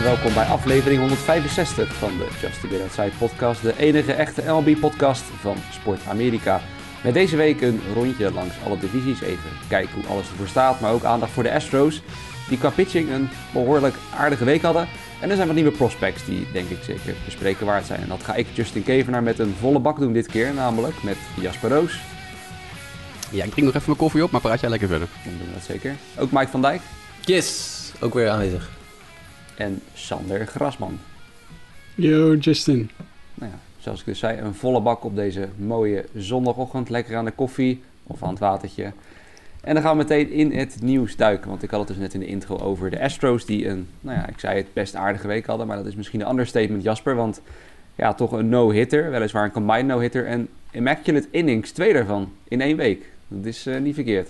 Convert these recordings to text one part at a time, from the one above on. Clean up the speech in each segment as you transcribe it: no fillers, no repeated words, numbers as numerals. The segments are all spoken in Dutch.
welkom bij aflevering 165 van de Just a Bit Outside podcast, de enige echte MLB-podcast van Sport Amerika. Met deze week een rondje langs alle divisies, even kijken hoe alles ervoor staat, maar ook aandacht voor de Astros, die qua pitching een behoorlijk aardige week hadden. En er zijn wat nieuwe prospects die, denk ik, zeker bespreken waard zijn. En dat ga ik, Justin Kevenaar, met een volle bak doen dit keer, namelijk met Jasper Roos. Ja, ik drink nog even mijn koffie op, maar praat jij lekker verder. Dan doen we dat zeker. Ook Mike van Dijk. Yes, ook weer aanwezig. En Sander Grasman. Yo, Justin. Nou ja, zoals ik dus zei, een volle bak op deze mooie zondagochtend. Lekker aan de koffie of aan het watertje. En dan gaan we meteen in het nieuws duiken. Want ik had het dus net in de intro over de Astros die een, ik zei het, best aardige week hadden. Maar dat is misschien een understatement, Jasper. Want ja, toch een no-hitter. Weliswaar een combined no-hitter. En immaculate innings, 2 daarvan in 1 week. Dat is niet verkeerd.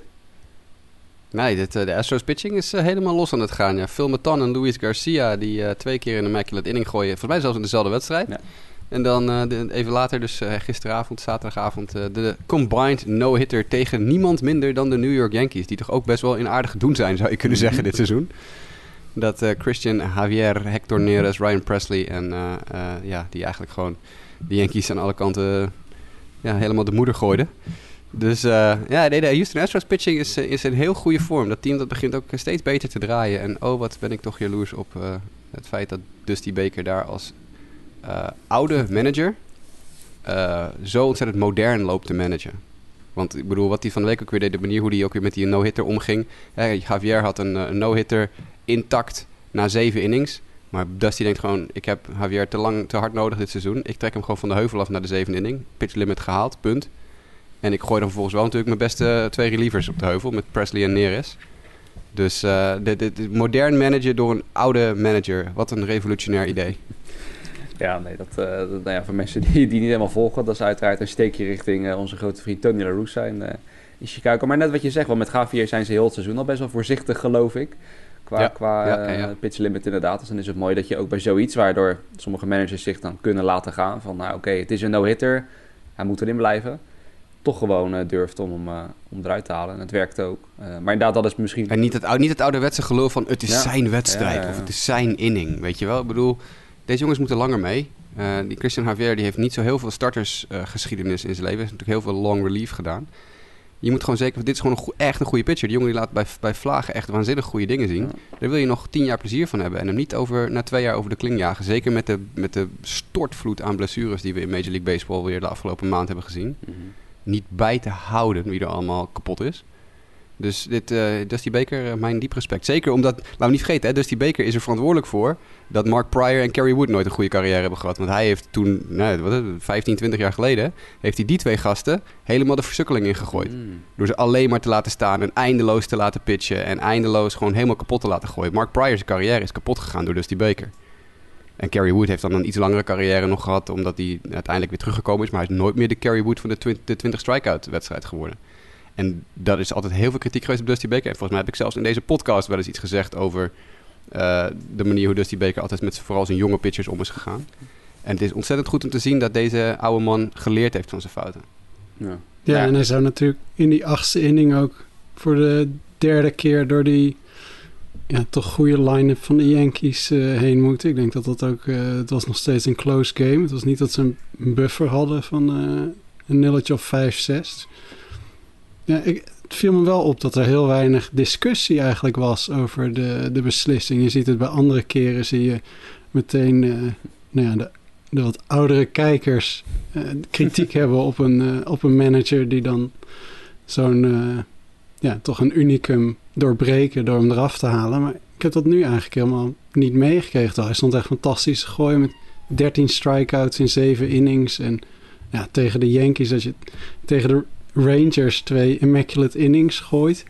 Nee, de Astros pitching is helemaal los aan het gaan. Ja. Phil Maton en Luis Garcia die 2 keer een immaculate inning gooien. Volgens mij zelfs in dezelfde wedstrijd. Ja. En dan even later, dus gisteravond, zaterdagavond, de combined no-hitter tegen niemand minder dan de New York Yankees. Die toch ook best wel in aardig doen zijn, zou je kunnen zeggen, dit seizoen. Dat Christian Javier, Hector Neris, Ryan Presley en die eigenlijk gewoon de Yankees aan alle kanten helemaal de moeder gooiden. Dus de Houston Astros pitching is in heel goede vorm. Dat team dat begint ook steeds beter te draaien. En wat ben ik toch jaloers op het feit dat Dusty Baker daar als oude manager zo ontzettend modern loopt te managen. Want ik bedoel, wat hij van de week ook weer deed, de manier hoe hij ook weer met die no-hitter omging. Javier had een no-hitter intact na 7 innings. Maar Dusty denkt gewoon, ik heb Javier te hard nodig dit seizoen. Ik trek hem gewoon van de heuvel af naar de 7e inning. Pitch limit gehaald, punt. En ik gooi dan vervolgens wel natuurlijk mijn beste 2 relievers op de heuvel met Presley en Neris. Dus de modern managen door een oude manager. Wat een revolutionair idee. Ja, nee, voor mensen die niet helemaal volgen, dat is uiteraard een steekje richting onze grote vriend Tony La Russa in Chicago. Maar net wat je zegt, want met Javier zijn ze heel het seizoen al best wel voorzichtig, geloof ik. Qua pitch limit inderdaad. Dus dan is het mooi dat je ook bij zoiets, waardoor sommige managers zich dan kunnen laten gaan. Van het is een no-hitter, hij moet erin blijven. Toch gewoon durft om eruit te halen. En het werkt ook. Maar inderdaad, dat is misschien... En niet het ouderwetse geloof van het is zijn wedstrijd of het is zijn inning. Weet je wel? Ik bedoel, deze jongens moeten langer mee. Die Christian Javier die heeft niet zo heel veel startersgeschiedenis in zijn leven. Hij heeft natuurlijk heel veel long relief gedaan. Je moet gewoon zeker... Dit is gewoon echt een goede pitcher. Die jongen die laat bij vlagen echt waanzinnig goede dingen zien. Ja. Daar wil je nog 10 jaar plezier van hebben. En hem niet na 2 jaar over de kling jagen. Zeker met de stortvloed aan blessures die we in Major League Baseball weer de afgelopen maand hebben gezien. Mm-hmm. Niet bij te houden wie er allemaal kapot is. Dus Dusty Baker, mijn diep respect. Zeker omdat, laten we niet vergeten, Dusty Baker is er verantwoordelijk voor dat Mark Prior en Kerry Wood nooit een goede carrière hebben gehad. Want hij heeft toen, 15, 20 jaar geleden, heeft hij die 2 gasten helemaal de versukkeling ingegooid. Door ze alleen maar te laten staan en eindeloos te laten pitchen en eindeloos gewoon helemaal kapot te laten gooien. Mark Prior's carrière is kapot gegaan door Dusty Baker. En Kerry Wood heeft dan een iets langere carrière nog gehad, omdat hij uiteindelijk weer teruggekomen is. Maar hij is nooit meer de Kerry Wood van de 20 strikeout wedstrijd geworden. En dat is altijd heel veel kritiek geweest op Dusty Baker. En volgens mij heb ik zelfs in deze podcast wel eens iets gezegd over de manier hoe Dusty Baker altijd met vooral zijn jonge pitchers om is gegaan. En het is ontzettend goed om te zien dat deze oude man geleerd heeft van zijn fouten. Ja, en hij zou natuurlijk in die 8e inning ook voor de 3e keer door die toch goede line-up van de Yankees heen moeten. Ik denk dat ook... het was nog steeds een close game. Het was niet dat ze een buffer hadden van een nilletje of 5-6. Ja, het viel me wel op dat er heel weinig discussie eigenlijk was over de beslissing. Je ziet het bij andere keren, zie je meteen de wat oudere kijkers kritiek hebben op een manager die dan zo'n toch een unicum doorbreken door hem eraf te halen. Maar ik heb dat nu eigenlijk helemaal niet meegekregen. Hij stond echt fantastisch te gooien met 13 strikeouts in 7 innings. En tegen de Yankees, dat je tegen de Rangers 2 immaculate innings gooit.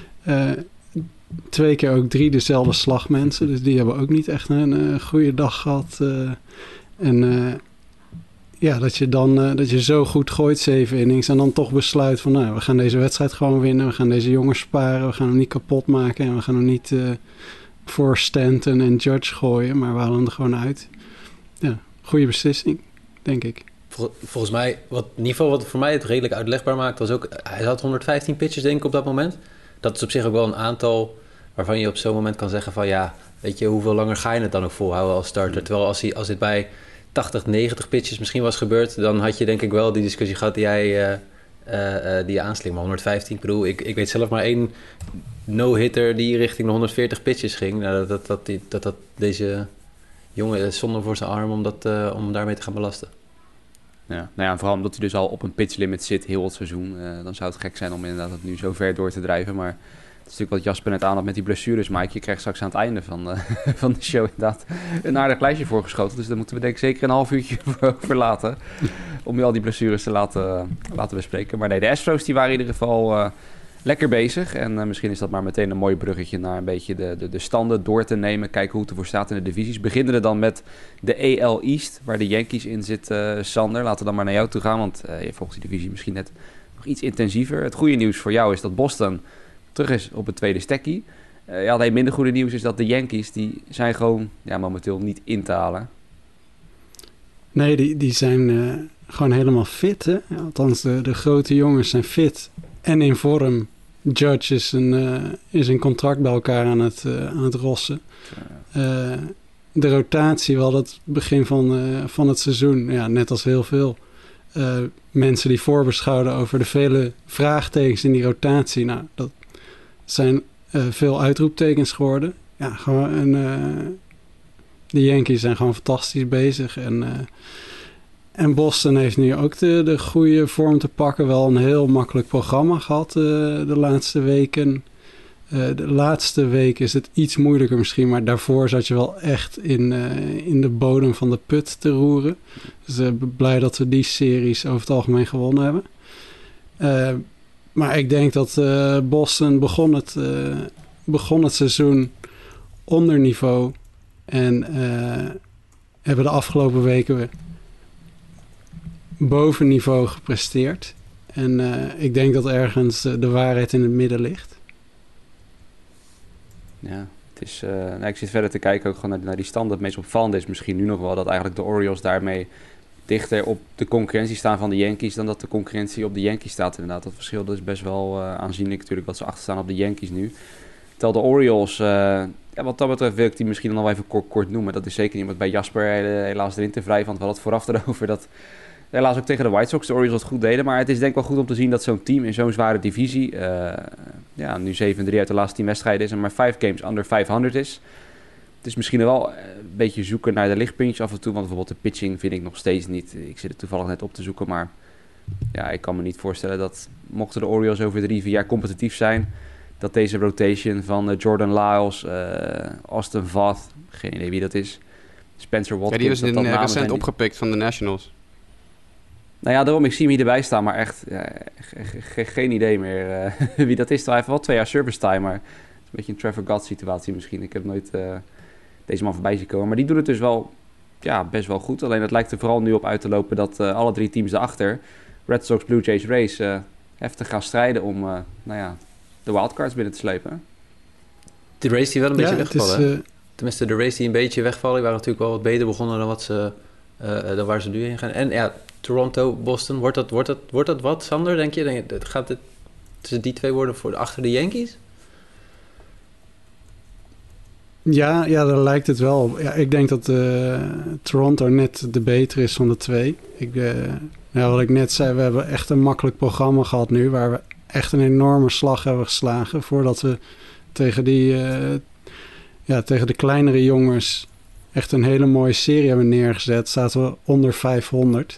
2 keer ook 3 dezelfde slagmensen. Dus die hebben ook niet echt een goede dag gehad. Dat je zo goed gooit 7 innings en dan toch besluit van we gaan deze wedstrijd gewoon winnen. We gaan deze jongens sparen. We gaan hem niet kapot maken. En we gaan hem niet voor Stanton en Judge gooien. Maar we halen hem er gewoon uit. Ja, goede beslissing, denk ik. Volgens mij, wat voor mij het redelijk uitlegbaar maakt, was ook, hij had 115 pitches denk ik op dat moment. Dat is op zich ook wel een aantal waarvan je op zo'n moment kan zeggen van weet je, hoeveel langer ga je het dan ook volhouden als starter? Terwijl als dit bij 80, 90 pitches misschien was gebeurd, dan had je denk ik wel die discussie gehad die je aanslingt. Maar 115, ik bedoel, ik weet zelf maar 1 no-hitter die richting de 140 pitches ging. Nou, dat deze jongen zonde voor zijn arm om daarmee te gaan belasten. Ja, nou ja, vooral omdat hij dus al op een pitch limit zit heel het seizoen. Dan zou het gek zijn om inderdaad het nu zo ver door te drijven. Maar het is natuurlijk wat Jasper net aan had met die blessures, Mike. Je krijgt straks aan het einde van de show inderdaad een aardig lijstje voorgeschoten. Dus daar moeten we denk ik zeker een half uurtje voor laten. Om je al die blessures te laten bespreken. Maar nee, de Astros die waren in ieder geval lekker bezig. En misschien is dat maar meteen een mooi bruggetje naar een beetje de standen door te nemen. Kijken hoe het ervoor staat in de divisies. Beginnen we dan met de AL East, waar de Yankees in zitten. Sander, laten we dan maar naar jou toe gaan. Want je volgt die divisie misschien net nog iets intensiever. Het goede nieuws voor jou is dat Boston terug is op het tweede stekkie. Het minder goede nieuws is dat de Yankees, die zijn gewoon momenteel niet in te halen. Nee, die zijn gewoon helemaal fit. Hè? Ja, althans, de grote jongens zijn fit en in vorm. Judge is een contract bij elkaar aan het rossen. De rotatie, wel het begin van het seizoen, net als heel veel mensen die voorbeschouwden over de vele vraagtekens in die rotatie. Nou, dat zijn veel uitroeptekens geworden. Ja, gewoon de Yankees zijn gewoon fantastisch bezig. En Boston heeft nu ook de goede vorm te pakken. Wel een heel makkelijk programma gehad de laatste weken. De laatste week is het iets moeilijker misschien, maar daarvoor zat je wel echt in de bodem van de put te roeren. Dus blij dat we die series over het algemeen gewonnen hebben. Maar ik denk dat Boston begon het seizoen onder niveau en hebben de afgelopen weken boven niveau gepresteerd. En ik denk dat ergens de waarheid in het midden ligt. Ja, het is, ik zit verder te kijken ook gewoon naar die stand. Het meest opvallende is misschien nu nog wel dat eigenlijk de Orioles daarmee dichter op de concurrentie staan van de Yankees dan dat de concurrentie op de Yankees staat inderdaad. Dat verschil is best wel aanzienlijk natuurlijk dat ze achter staan op de Yankees nu. Terwijl de Orioles, wat dat betreft wil ik die misschien dan nog even kort noemen. Dat is zeker niet wat bij Jasper helaas erin te vrij, want we hadden het vooraf erover dat helaas ook tegen de White Sox de Orioles het goed deden. Maar het is denk ik wel goed om te zien dat zo'n team in zo'n zware divisie, nu 7-3 uit de laatste 10 wedstrijden is en maar 5 games under 500 is. Het is misschien wel een beetje zoeken naar de lichtpuntjes af en toe. Want bijvoorbeeld de pitching vind ik nog steeds niet. Ik zit er toevallig net op te zoeken. Maar ja, ik kan me niet voorstellen dat mochten de Orioles over 3-4 jaar competitief zijn, dat deze rotation van Jordan Lyles, Austin Voth, geen idee wie dat is, Spencer Watkins. Ja, die was recent opgepikt van de Nationals. Nou ja, daarom, ik zie hem hierbij staan, maar echt geen idee meer wie dat is. Hij heeft wel 2 jaar service time, maar het is een beetje een Trevor Gott situatie misschien. Ik heb nooit deze man voorbij zien komen. Maar die doen het dus wel best wel goed. Alleen het lijkt er vooral nu op uit te lopen dat alle 3 teams daarachter, Red Sox, Blue Jays, Rays, heftig gaan strijden om de wildcards binnen te slepen. De Rays die wel een beetje wegvallen. Tenminste, de Rays die een beetje wegvallen, die waren natuurlijk wel wat beter begonnen dan waar ze nu heen gaan. En ja, Toronto, Boston, wordt dat wat, Sander, denk je? Gaat het tussen die 2 worden achter de Yankees? Ja, daar lijkt het wel op. Ja, ik denk dat Toronto net de betere is van de 2. Wat ik net zei, we hebben echt een makkelijk programma gehad nu, waar we echt een enorme slag hebben geslagen voordat we tegen tegen de kleinere jongens echt een hele mooie serie hebben neergezet. Zaten we onder 500.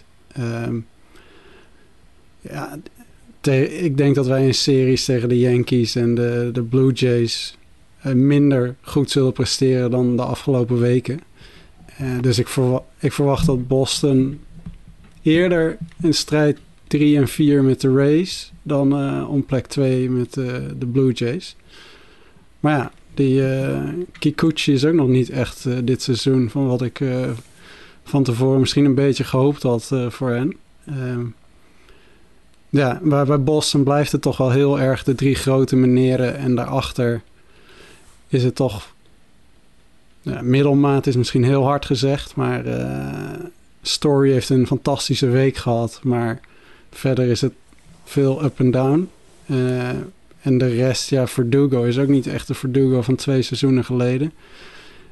Ik denk dat wij in series tegen de Yankees en de Blue Jays minder goed zullen presteren dan de afgelopen weken. Dus ik verwacht dat Boston eerder in strijd 3 en 4 met de Rays dan om plek 2 met de Blue Jays. Maar ja, die Kikuchi is ook nog niet echt dit seizoen van wat ik van tevoren misschien een beetje gehoopt had voor hen. Maar bij Boston blijft het toch wel heel erg de 3 grote meneren en daarachter is het toch middelmaat is misschien heel hard gezegd, maar Story heeft een fantastische week gehad, maar verder is het veel up and down. En de rest, Verdugo is ook niet echt de Verdugo van 2 seizoenen geleden.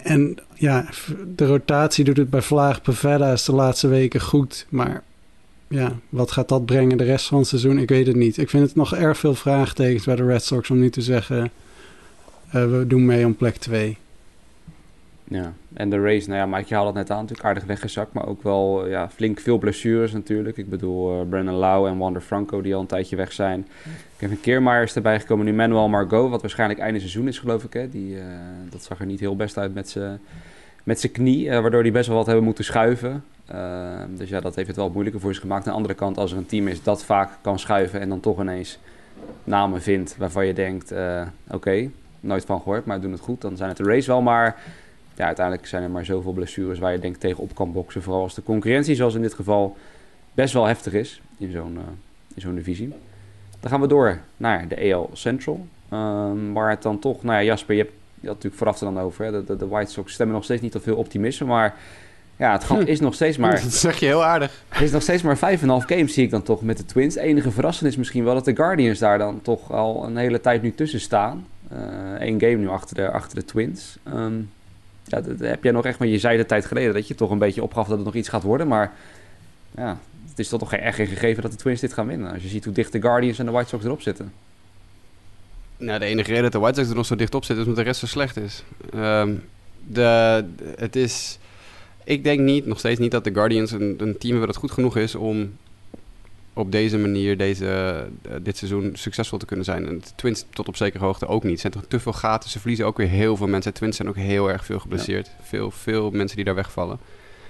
En ja, de rotatie doet het bij Vlaag Pavetta de laatste weken goed. Maar ja, wat gaat dat brengen de rest van het seizoen? Ik weet het niet. Ik vind het nog erg veel vraagtekens bij de Red Sox om nu te zeggen... we doen mee om plek 2. Ja, en de race, nou ja, Mike, je haalde het net aan, natuurlijk aardig weggezakt, maar ook wel flink veel blessures natuurlijk. Ik bedoel, Brandon Lau en Wander Franco die al een tijdje weg zijn. Kevin Kiermaier is erbij gekomen, nu Manuel Margot, wat waarschijnlijk einde seizoen is, geloof ik. Hè? Dat zag er niet heel best uit met zijn knie, waardoor die best wel wat hebben moeten schuiven. Dus ja, dat heeft het wel moeilijker voor zich gemaakt. Aan de andere kant, als er een team is dat vaak kan schuiven en dan toch ineens namen vindt waarvan je denkt, oké, nooit van gehoord, maar doen het goed, dan zijn het de race wel, maar... Ja, uiteindelijk zijn er maar zoveel blessures waar je denk tegen op kan boksen. Vooral als de concurrentie, zoals in dit geval, best wel heftig is in zo'n divisie. Dan gaan we door naar de AL Central. Waar het dan toch... Nou ja, Jasper, je had natuurlijk vooraf er dan over. Hè? De White Sox stemmen nog steeds niet tot veel optimisme. Maar ja, het gat is nog steeds maar... Dat zeg je heel aardig. Het is nog steeds maar 5,5 games, zie ik dan toch, met de Twins. De enige verrassing is misschien wel dat de Guardians daar dan toch al een hele tijd nu tussen staan. 1 game nu achter de Twins. Ja, dat heb jij nog echt, maar je zei de tijd geleden dat je toch een beetje opgaf dat het nog iets gaat worden. Maar ja, het is toch echt geen gegeven dat de Twins dit gaan winnen. Als je ziet hoe dicht de Guardians en de White Sox erop zitten. Nou, de enige reden dat de White Sox er nog zo dicht op zitten is omdat de rest zo slecht is. Het is... Ik denk nog steeds niet dat de Guardians een team hebben dat goed genoeg is om op deze manier dit seizoen succesvol te kunnen zijn. En de Twins tot op zekere hoogte ook niet. Er zijn toch te veel gaten. Ze verliezen ook weer heel veel mensen. De Twins zijn ook heel erg veel geblesseerd. Ja. Veel mensen die daar wegvallen.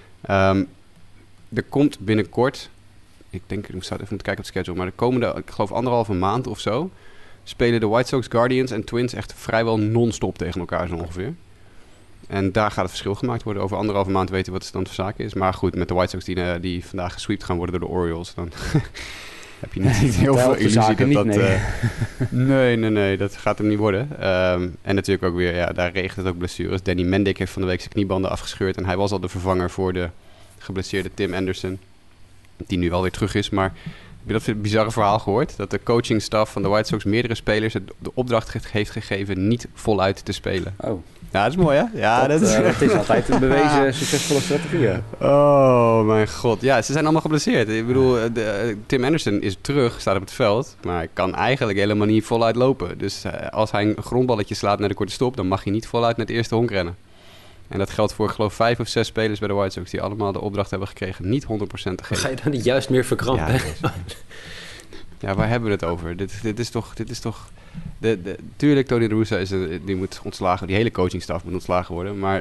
Er komt binnenkort... Ik denk, ik zou even moeten kijken op de schedule. Maar de komende, ik geloof 1,5 maand of zo... spelen de White Sox, Guardians en Twins echt vrijwel non-stop tegen elkaar zo ongeveer. En daar gaat het verschil gemaakt worden. Over 1,5 maand weten wat de stand van zaken is. Maar goed, met de White Sox die vandaag gesweept gaan worden door de Orioles... dan heb je niet heel veel illusie dat... Nee, dat gaat hem niet worden. En natuurlijk ook weer, daar regent het ook blessures. Danny Mendick heeft van de week zijn kniebanden afgescheurd... en hij was al de vervanger voor de geblesseerde Tim Anderson... die nu wel weer terug is, maar... Heb je dat bizarre verhaal gehoord? Dat de coachingstaf van de White Sox meerdere spelers de opdracht heeft gegeven niet voluit te spelen. Oh. Ja, dat is mooi, hè? Ja, dat is altijd een bewezen succesvolle strategie. Hè? Oh, mijn god. Ja, ze zijn allemaal geblesseerd. Ik bedoel, Tim Anderson is terug, staat op het veld, maar hij kan eigenlijk helemaal niet voluit lopen. Dus als hij een grondballetje slaat naar de korte stop, dan mag hij niet voluit naar het eerste honk rennen. En dat geldt voor, ik geloof, 5 of 6 spelers bij de White Sox... die allemaal de opdracht hebben gekregen niet 100% te geven. Ga je dan niet juist meer verkrampen? Ja, waar hebben we het over? Dit is toch... Tuurlijk, Tony La Russa die moet ontslagen... Die hele coachingstaf moet ontslagen worden. Maar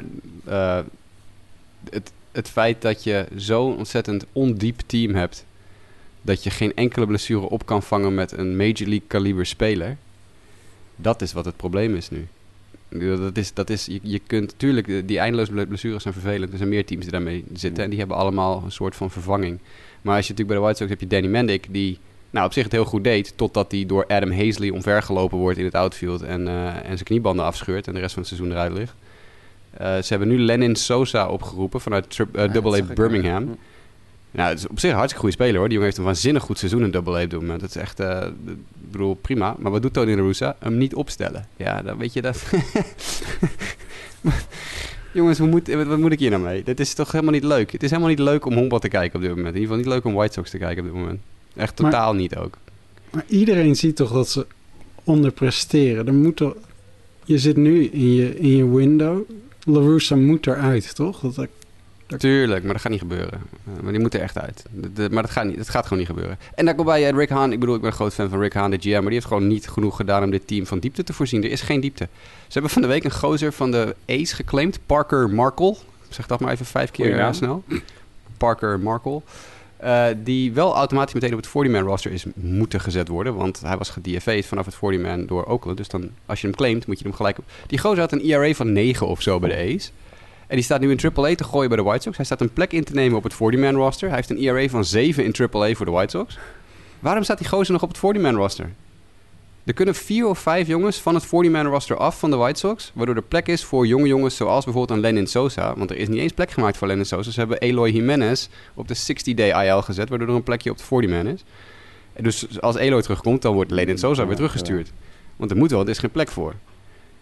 het feit dat je zo'n ontzettend ondiep team hebt... dat je geen enkele blessure op kan vangen met een Major League caliber speler... dat is wat het probleem is nu. Je kunt natuurlijk, die eindeloze blessures zijn vervelend. Er zijn meer teams die daarmee zitten en die hebben allemaal een soort van vervanging. Maar als je natuurlijk bij de White Sox heb je Danny Mendick die op zich het heel goed deed, totdat hij door Adam Hazley omvergelopen wordt in het outfield en zijn kniebanden afscheurt en de rest van het seizoen eruit ligt. Ze hebben nu Lenyn Sosa opgeroepen vanuit AA Birmingham. Ja. Nou, het is op zich een hartstikke goede speler hoor. Die jongen heeft een waanzinnig goed seizoen in AA op dit moment. Dat is echt, ik bedoel, prima. Maar wat doet Tony La Russa? Hem niet opstellen. Ja, dan weet je dat. Jongens, wat moet ik hier nou mee? Dit is toch helemaal niet leuk. Het is helemaal niet leuk om honkbal te kijken op dit moment. In ieder geval niet leuk om White Sox te kijken op dit moment. Echt totaal niet ook. Maar iedereen ziet toch dat ze onderpresteren. Je zit nu in je window. La Russa moet eruit, toch? Tuurlijk, maar dat gaat niet gebeuren. Maar die moet er echt uit. Maar dat gaat gewoon niet gebeuren. En daar komt bij Rick Hahn. Ik bedoel, ik ben een groot fan van Rick Hahn, de GM. Maar die heeft gewoon niet genoeg gedaan om dit team van diepte te voorzien. Er is geen diepte. Ze hebben van de week een gozer van de A's geclaimd. Parker Markle. Zeg dat maar even 5 keer snel. Parker Markle. Die wel automatisch meteen op het 40-man roster is moeten gezet worden. Want hij was gedFA'd vanaf het 40-man door Oakland. Dus dan, als je hem claimt, moet je hem gelijk op... Die gozer had een ERA van 9 of zo bij de A's. En die staat nu in AAA te gooien bij de White Sox. Hij staat een plek in te nemen op het 40-man roster. Hij heeft een ERA van 7 in AAA voor de White Sox. Waarom staat die gozer nog op het 40-man roster? Er kunnen 4 of 5 jongens van het 40-man roster af van de White Sox... waardoor er plek is voor jonge jongens zoals bijvoorbeeld een Lenyn Sosa. Want er is niet eens plek gemaakt voor Lenyn Sosa. Ze hebben Eloy Jimenez op de 60-day IL gezet... waardoor er een plekje op de 40-man is. En dus als Eloy terugkomt, dan wordt Lenyn Sosa weer teruggestuurd. Want er moet wel, er is geen plek voor.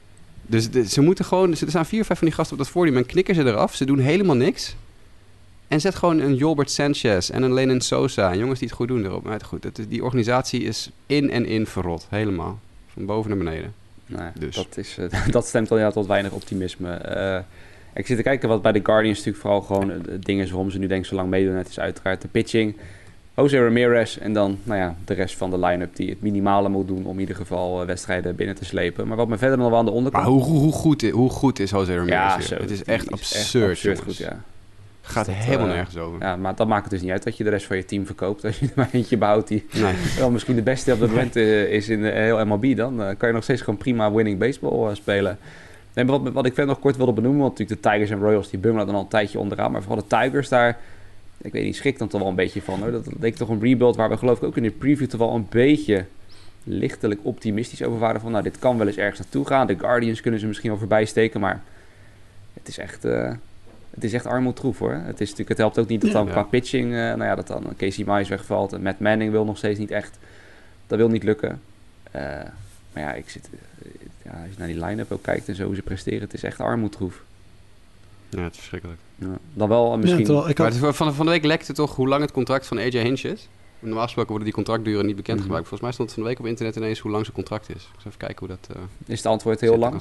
Dus ze moeten gewoon... Er staan 4 of 5 van die gasten op dat podium en knikken ze eraf. Ze doen helemaal niks. En zet gewoon een Yolbert Sanchez en een Lennon Sosa. En jongens die het goed doen erop. Maar goed, die organisatie is in en in verrot. Helemaal. Van boven naar beneden. Nee, Dus. dat stemt al tot weinig optimisme. Ik zit te kijken wat bij de Guardians natuurlijk vooral gewoon het ding is waarom ze nu denk ik zo lang meedoen. Het is uiteraard de pitching. Jose Ramirez en dan de rest van de line-up die het minimale moet doen om in ieder geval wedstrijden binnen te slepen. Maar wat me verder nog wel aan de onderkant... Maar hoe goed is Jose Ramirez? Ja, Zo, het is die echt absurd goed, ja. Gaat helemaal nergens over. Ja, maar dat maakt het dus niet uit dat je de rest van je team verkoopt. Als je er maar eentje behoudt die Nee. wel misschien de beste op het moment is in de heel MLB, dan kan je nog steeds gewoon prima winning baseball spelen. En wat ik verder nog kort wilde benoemen, want natuurlijk de Tigers en Royals die bungelen dan al een tijdje onderaan, maar vooral de Tigers daar, ik weet niet, schrik dan toch wel een beetje van hoor. Dat leek toch een rebuild waar we geloof ik ook in de preview toch wel een beetje lichtelijk optimistisch over waren van dit kan wel eens ergens naartoe gaan. De Guardians kunnen ze misschien wel voorbij steken, maar het is echt... Het is echt armoedtroef hoor. Het helpt ook niet dat dan qua pitching... dat dan Casey Mize wegvalt. En Matt Manning wil nog steeds niet echt. Dat wil niet lukken. Maar ja, als je naar die line-up ook kijkt en zo hoe ze presteren... Het is echt armoedtroef. Ja, het is verschrikkelijk. Ja, dan wel misschien... Ja, van de week lekte toch hoe lang het contract van AJ Hinch is? Normaal gesproken worden die contractduren niet bekendgemaakt. Volgens mij stond het van de week op internet ineens hoe lang zijn contract is. Ik zal even kijken hoe dat... is het antwoord heel lang?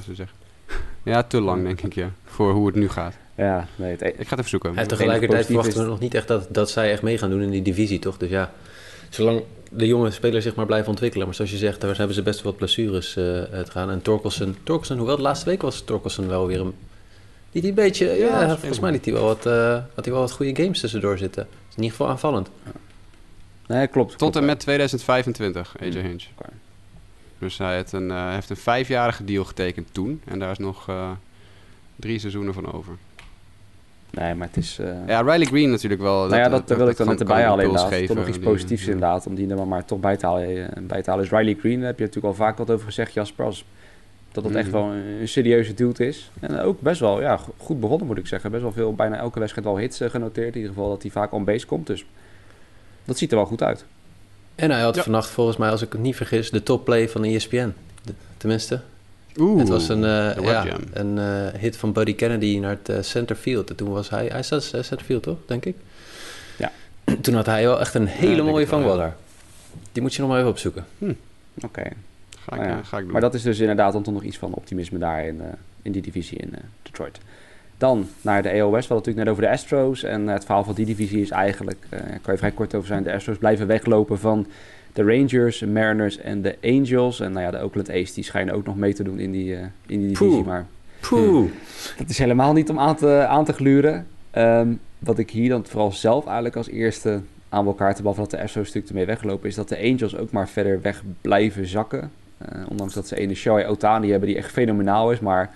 Ja, te lang denk ik, ja. Voor hoe het nu gaat. Ja, nee. Ik ga het even zoeken. En tegelijkertijd verwachten we nog niet echt dat zij echt mee gaan doen in die divisie, toch? Dus ja, zolang de jonge spelers zich maar blijven ontwikkelen. Maar zoals je zegt, daar hebben ze best wel wat blessures te gaan. En Torkelson, hoewel de laatste week was Torkelson wel weer een beetje... volgens mij had hij wel wat goede games tussendoor zitten. Het is in ieder geval aanvallend. Ja. Nee, klopt. Tot en met 2025, AJ Hinch. Okay. Dus hij heeft een 5-jarige deal getekend toen. En daar is nog 3 seizoenen van over. Nee, maar het is... Ja, Riley Green natuurlijk wel. Dat wil ik dan net erbij halen inderdaad. Toch nog iets positiefs inderdaad. Om die er maar toch bij te halen. Dus Riley Green, daar heb je natuurlijk al vaak wat over gezegd, Jasper. Dat het echt wel een serieuze dude is. En ook best wel goed begonnen moet ik zeggen. Best wel veel, bijna elke wedstrijd wel hits genoteerd. In ieder geval dat hij vaak on base komt. Dus dat ziet er wel goed uit. En hij had vannacht volgens mij, als ik het niet vergis, de topplay van de ESPN. Tenminste. Het was een hit van Buddy Kennedy naar het centerfield. En toen was hij zat centerfield toch, denk ik? Ja. Toen had hij wel echt een hele mooie vangbal daar. Die moet je nog maar even opzoeken. Oké. Ga ik doen. Maar dat is dus inderdaad dan toch nog iets van optimisme daar in die divisie in Detroit. Dan naar de AL West. We hadden natuurlijk net over de Astros. En het verhaal van die divisie is eigenlijk... kan je vrij kort over zijn. De Astros blijven weglopen van de Rangers, de Mariners en de Angels. En de Oakland A's die schijnen ook nog mee te doen in die divisie. Maar dat is helemaal niet om aan te gluren. Wat ik hier dan vooral zelf eigenlijk als eerste aan elkaar te behalve dat de Astros natuurlijk ermee weggelopen is... dat de Angels ook maar verder weg blijven zakken. Ondanks dat ze ene Shohei Ohtani hebben die echt fenomenaal is, maar...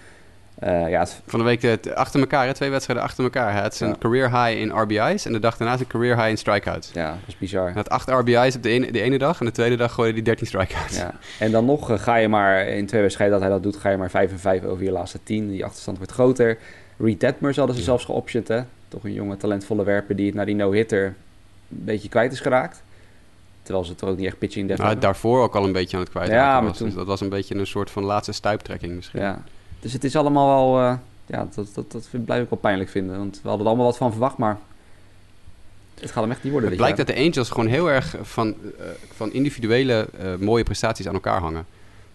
Van de week achter elkaar, 2 wedstrijden achter elkaar. Het is een career high in RBI's en de dag daarna is een career high in strikeouts. Ja, dat is bizar. Hij had 8 RBI's op de ene dag en de tweede dag gooide hij 13 strikeouts. Ja. En dan nog ga je maar in 2 wedstrijden dat hij dat doet, ga je maar 5-5 over je laatste 10. Die achterstand wordt groter. Reed Detmers hadden ze zelfs geoptioned, hè. Toch een jonge, talentvolle werper die het na die no-hitter een beetje kwijt is geraakt. Terwijl ze toch ook niet echt pitching depth hebben. Daarvoor ook al een beetje aan het kwijtraken was. Toen... Dus dat was een beetje een soort van laatste stuiptrekking misschien. Ja. Dus het is allemaal wel... dat blijf ik wel pijnlijk vinden. Want we hadden er allemaal wat van verwacht, maar... Het gaat hem echt niet worden. Het blijkt dat de Angels gewoon heel erg van individuele mooie prestaties aan elkaar hangen.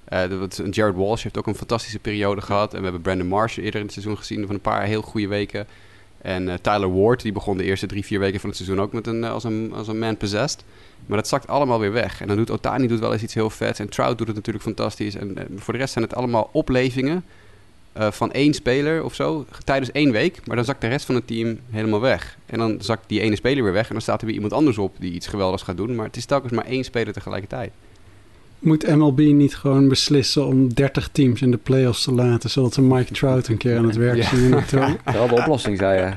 Jared Walsh heeft ook een fantastische periode gehad. En we hebben Brandon Marsh eerder in het seizoen gezien van een paar heel goede weken. En Tyler Ward, die begon de eerste 3-4 weken van het seizoen ook met als een man possessed. Maar dat zakt allemaal weer weg. En dan doet Ohtani wel eens iets heel vets. En Trout doet het natuurlijk fantastisch. En voor de rest zijn het allemaal oplevingen van 1 speler of zo tijdens 1 week. Maar dan zakt de rest van het team helemaal weg. En dan zakt die ene speler weer weg. En dan staat er weer iemand anders op die iets geweldigs gaat doen. Maar het is telkens maar 1 speler tegelijkertijd. Moet MLB niet gewoon beslissen om 30 teams in de playoffs te laten, zodat we Mike Trout een keer aan het werk zien in oktober? Wel de oplossing, zei je.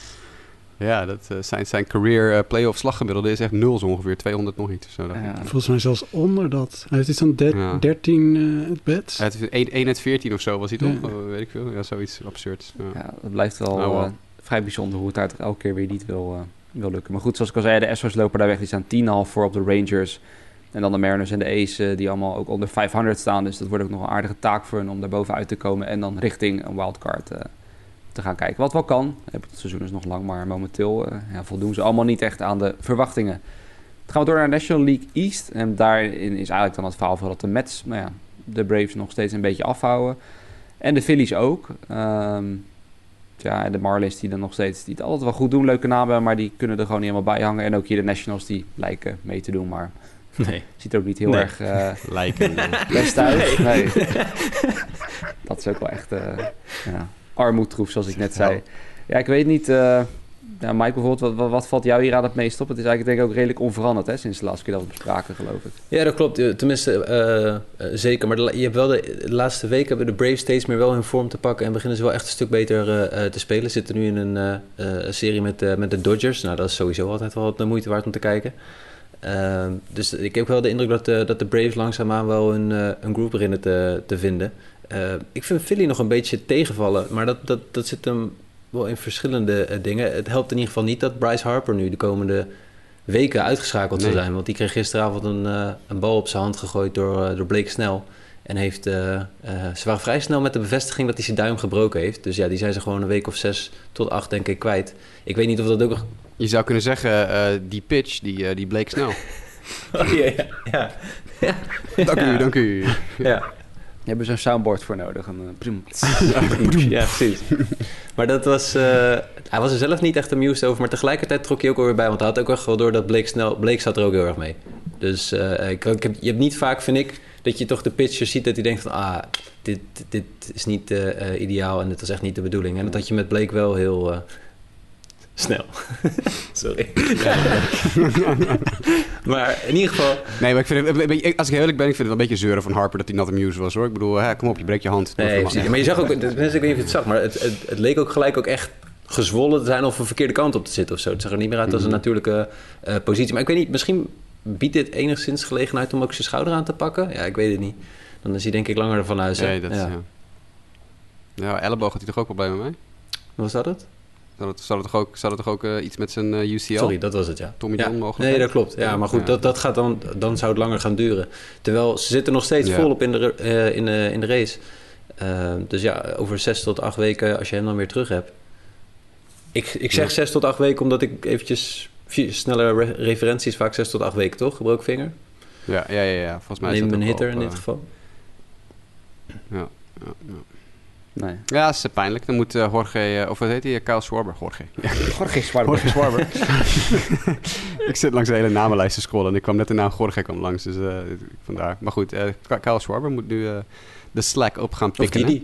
Ja, dat zijn career playoff slaggemiddelde is echt 0 zo ongeveer, 200 nog iets. Zo, volgens mij zelfs onder dat. Hij heeft iets van 13 at-bats. Het is 1 uit 14 of zo was hij toch? Weet ik veel. Ja, zoiets absurd. Ja, dat blijft wel vrij bijzonder hoe het daar elke keer weer niet wil lukken. Maar goed, zoals ik al zei, de Astros lopen daar weg. Die staan 10,5 voor op de Rangers. En dan de Mariners en de A's die allemaal ook onder 500 staan. Dus dat wordt ook nog een aardige taak voor hen om daar bovenuit te komen. En dan richting een wildcard te gaan kijken. Wat wel kan. Het seizoen is nog lang, maar momenteel voldoen ze allemaal niet echt aan de verwachtingen. Dan gaan we door naar National League East. En daarin is eigenlijk dan het verhaal van dat de Mets de Braves nog steeds een beetje afhouden. En de Phillies ook. En de Marlins die dan nog steeds die het altijd wel goed doen. Leuke namen, maar die kunnen er gewoon niet helemaal bij hangen. En ook hier de Nationals die lijken mee te doen, maar... Nee. Ziet er ook niet heel erg lijken best uit. Nee. Dat is ook wel echt armoedtroef, zoals ik net zei. Ja, ik weet niet... Mike, bijvoorbeeld, wat valt jou hier aan het meest op? Het is eigenlijk denk ik ook redelijk onveranderd, hè, sinds de laatste keer dat we bespraken, geloof ik. Ja, dat klopt. Tenminste, zeker. Maar je hebt wel de laatste weken hebben de Braves steeds meer wel hun vorm te pakken en beginnen ze wel echt een stuk beter te spelen. Ze zitten nu in een serie met de Dodgers. Nou, dat is sowieso altijd wel de moeite waard om te kijken. Dus ik heb wel de indruk dat de Braves langzaamaan wel een groove beginnen te vinden. Ik vind Philly nog een beetje tegenvallen, maar dat zit hem wel in verschillende dingen. Het helpt in ieder geval niet dat Bryce Harper nu de komende weken uitgeschakeld zal zijn. Want die kreeg gisteravond een bal op zijn hand gegooid door Blake Snell. En ze waren vrij snel met de bevestiging dat hij zijn duim gebroken heeft. Dus ja, die zijn ze gewoon een week of 6 tot 8 denk ik kwijt. Ik weet niet of dat ook... Je zou kunnen zeggen, die pitch, die Blake Snell. Oh ja. Dank u. Ja. Je hebt er zo'n soundboard voor nodig. Ja, precies. Maar dat was... hij was er zelf niet echt amused over, maar tegelijkertijd trok hij ook alweer bij. Want hij had ook echt wel door dat Blake zat er ook heel erg mee. Dus je hebt niet vaak, vind ik, dat je toch de pitcher ziet dat hij denkt van... dit is niet ideaal en dit was echt niet de bedoeling. En dat had je met Blake wel heel... snel. Sorry. Maar in ieder geval... Nee, maar ik vind het, als ik heel eerlijk ben, ik vind het wel een beetje zeuren van Harper dat hij not amused was, hoor. Ik bedoel, kom op, je breekt je hand. Nee, maar je zag ook... Tenminste, ik weet niet of je het zag, maar het leek ook gelijk ook echt gezwollen te zijn of een verkeerde kant op te zitten of zo. Het zag er niet meer uit als een natuurlijke positie. Maar ik weet niet, misschien biedt dit enigszins gelegenheid om ook zijn schouder aan te pakken? Ja, ik weet het niet. Dan is hij denk ik langer ervan huis. Nee, dat is... Ja, elleboog had hij toch ook problemen mee? Was dat het? Zou er toch ook iets met zijn UCL? Sorry, dat was het, ja. Tommy John mogelijk? Nee, dat klopt. Ja, maar goed, dat gaat dan zou het langer gaan duren. Terwijl ze zitten nog steeds volop in de race. Dus ja, over 6 tot 8 weken, als je hem dan weer terug hebt. Ik zeg 6 tot 8 weken, omdat ik eventjes snelle referenties, vaak 6 tot 8 weken, toch? Gebroken vinger? Ja. Volgens mij neem een hitter in dit geval. Ja. Nee. Ja, dat is pijnlijk. Dan moet Jorge... of wat heet hij? Kyle Schwarber. Jorge Schwarber. Ik zit langs de hele namenlijst te scrollen en ik kwam net de naam Jorge langs. Dus vandaar. Maar goed, Kyle Schwarber moet nu de slack op gaan pikken.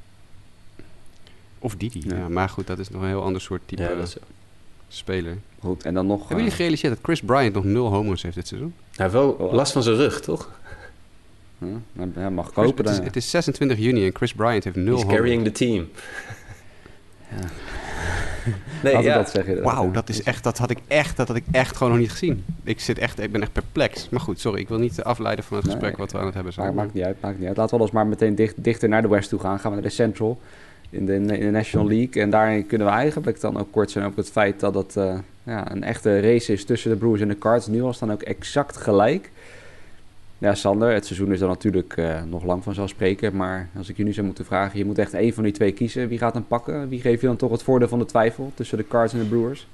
Of Didi. Ja, maar goed, dat is nog een heel ander soort type speler. Goed, en dan nog... Hebben jullie gerealiseerd dat Chris Bryant nog 0 homers heeft dit seizoen? Hij heeft wel last van zijn rug, toch? Ja, mag kopen. Het is 26 juni en Chris Bryant heeft 0 homers. He's carrying the team. Ja. Nee, dat zeggen. Wauw, dat had ik echt gewoon nog niet gezien. Ik ben echt perplex. Maar goed, sorry, ik wil niet afleiden van het gesprek wat we aan het hebben zijn. Maar maakt niet uit. Laten we dus maar meteen dichter naar de West toe gaan. Gaan we naar de Central in de National League. En daarin kunnen we eigenlijk dan ook kort zijn over het feit dat het een echte race is tussen de Brewers en de Cards. Nu was het dan ook exact gelijk. Ja, Sander, het seizoen is dan natuurlijk nog lang vanzelfsprekend. Maar als ik je nu zou moeten vragen, je moet echt één van die twee kiezen. Wie gaat hem pakken? Wie geeft je dan toch het voordeel van de twijfel tussen de Cards en de Brewers?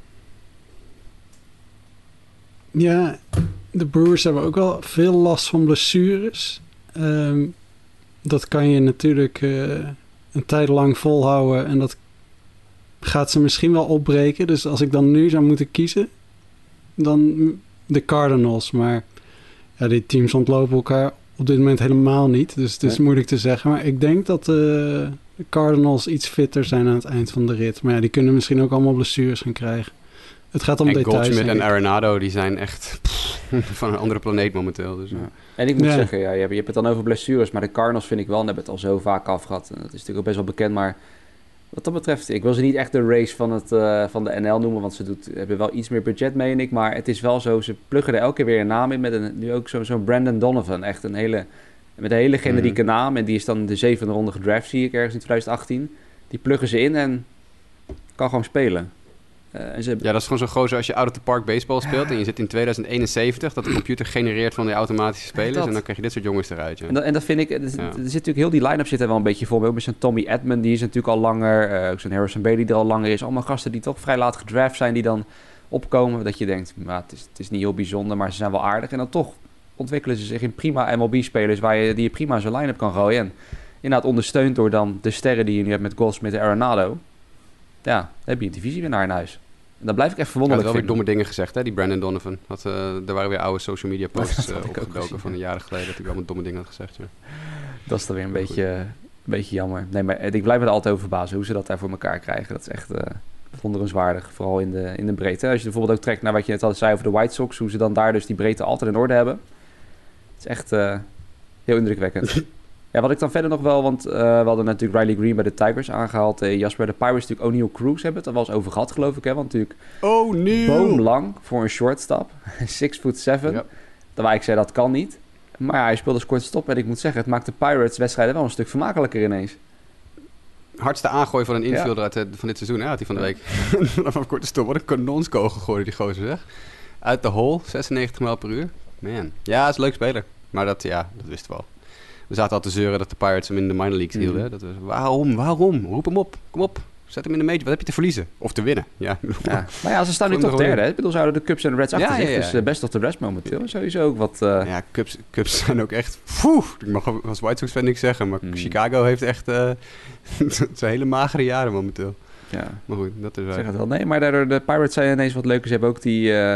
Ja, de Brewers hebben ook wel veel last van blessures. Dat kan je natuurlijk een tijd lang volhouden en dat gaat ze misschien wel opbreken. Dus als ik dan nu zou moeten kiezen, dan de Cardinals. Maar ja, die teams ontlopen elkaar op dit moment helemaal niet. Dus het is moeilijk te zeggen. Maar ik denk dat de Cardinals iets fitter zijn aan het eind van de rit. Maar ja, die kunnen misschien ook allemaal blessures gaan krijgen. Het gaat om details. Goldschmidt en Arenado, die zijn echt van een andere planeet momenteel. Dus. Ja. En ik moet zeggen, je hebt het dan over blessures. Maar de Cardinals vind ik wel, en hebben het al zo vaak afgehad. En dat is natuurlijk ook best wel bekend. Maar wat dat betreft, ik wil ze niet echt de race van de NL noemen. Want ze hebben wel iets meer budget, meen ik. Maar het is wel zo, ze pluggen er elke keer weer een naam in. Met nu ook zo'n Brandon Donovan. Echt met een hele generieke naam. En die is dan de 7e ronde gedraft, zie ik, ergens in 2018. Die pluggen ze in en kan gewoon spelen. Ja, dat is gewoon zo'n gozer als je out of the park baseball speelt... en je zit in 2071, dat de computer genereert van die automatische spelers... en dan krijg je dit soort jongens eruit. Ja. En dat vind ik... Er zit natuurlijk heel die line-up zit er wel een beetje voor. Ook zo'n Tommy Edman, die is natuurlijk al langer. Ook zo'n Harrison Bailey die er al langer is. Allemaal gasten die toch vrij laat gedraft zijn, die dan opkomen. Dat je denkt, het is niet heel bijzonder, maar ze zijn wel aardig. En dan toch ontwikkelen ze zich in prima MLB-spelers... die je prima zo'n line-up kan gooien. En inderdaad ondersteund door dan de sterren die je nu hebt met Goldschmidt en Arenado. Ja, dan heb je een divisiewinnaar in huis. En dat blijf ik echt verwonderlijk wel weer vinden. domme dingen gezegd, hè? Die Brandon Donovan. Er waren weer oude social media posts opgedoken van een jaar geleden... dat hij allemaal domme dingen had gezegd. Ja. Dat is dan weer een beetje jammer. Nee, maar ik blijf me er altijd over verbazen hoe ze dat daar voor elkaar krijgen. Dat is echt wonderenswaardig, vooral in de breedte. Als je bijvoorbeeld ook trekt naar wat je net al zei over de White Sox... hoe ze dan daar dus die breedte altijd in orde hebben. Het is echt heel indrukwekkend. Ja, wat ik dan verder nog wel, want we hadden natuurlijk Riley Green bij de Tigers aangehaald. Jasper, de Pirates natuurlijk O'Neal Cruz hebben het er wel eens over gehad, geloof ik. Hè? Want natuurlijk boomlang voor een shortstop. 6'7". Yep. Dan waar ik zei, dat kan niet. Maar ja, hij speelde als kortstop en ik moet zeggen, het maakt de Pirates wedstrijden wel een stuk vermakelijker ineens. Hardste aangooi van een infielder van dit seizoen, hè, had hij van de week. Vanaf korte stop, wat een kanonskogel gooide die gozer, zeg. Uit de hole, 96 mijl per uur. Man, ja, is een leuk speler. Maar dat wisten we al. We zaten al te zeuren dat de Pirates hem in de minor leagues hielden. Hè? Dat was, waarom? Roep hem op. Kom op. Zet hem in de major. Wat heb je te verliezen? Of te winnen? Ja. Maar ja, ze staan nu toch derde. Hè? Ik bedoel, zouden de Cubs en de Reds achter zich. Dus best of the rest momenteel. Sowieso ook wat... Ja, Cubs zijn ook echt... Ik mag als White Sox fan niks zeggen. Maar Chicago heeft echt... het zijn hele magere jaren momenteel. Ja. Maar goed, dat is... Zeg het wel. Nee, maar daardoor de Pirates zijn ineens wat leuker. Ze hebben ook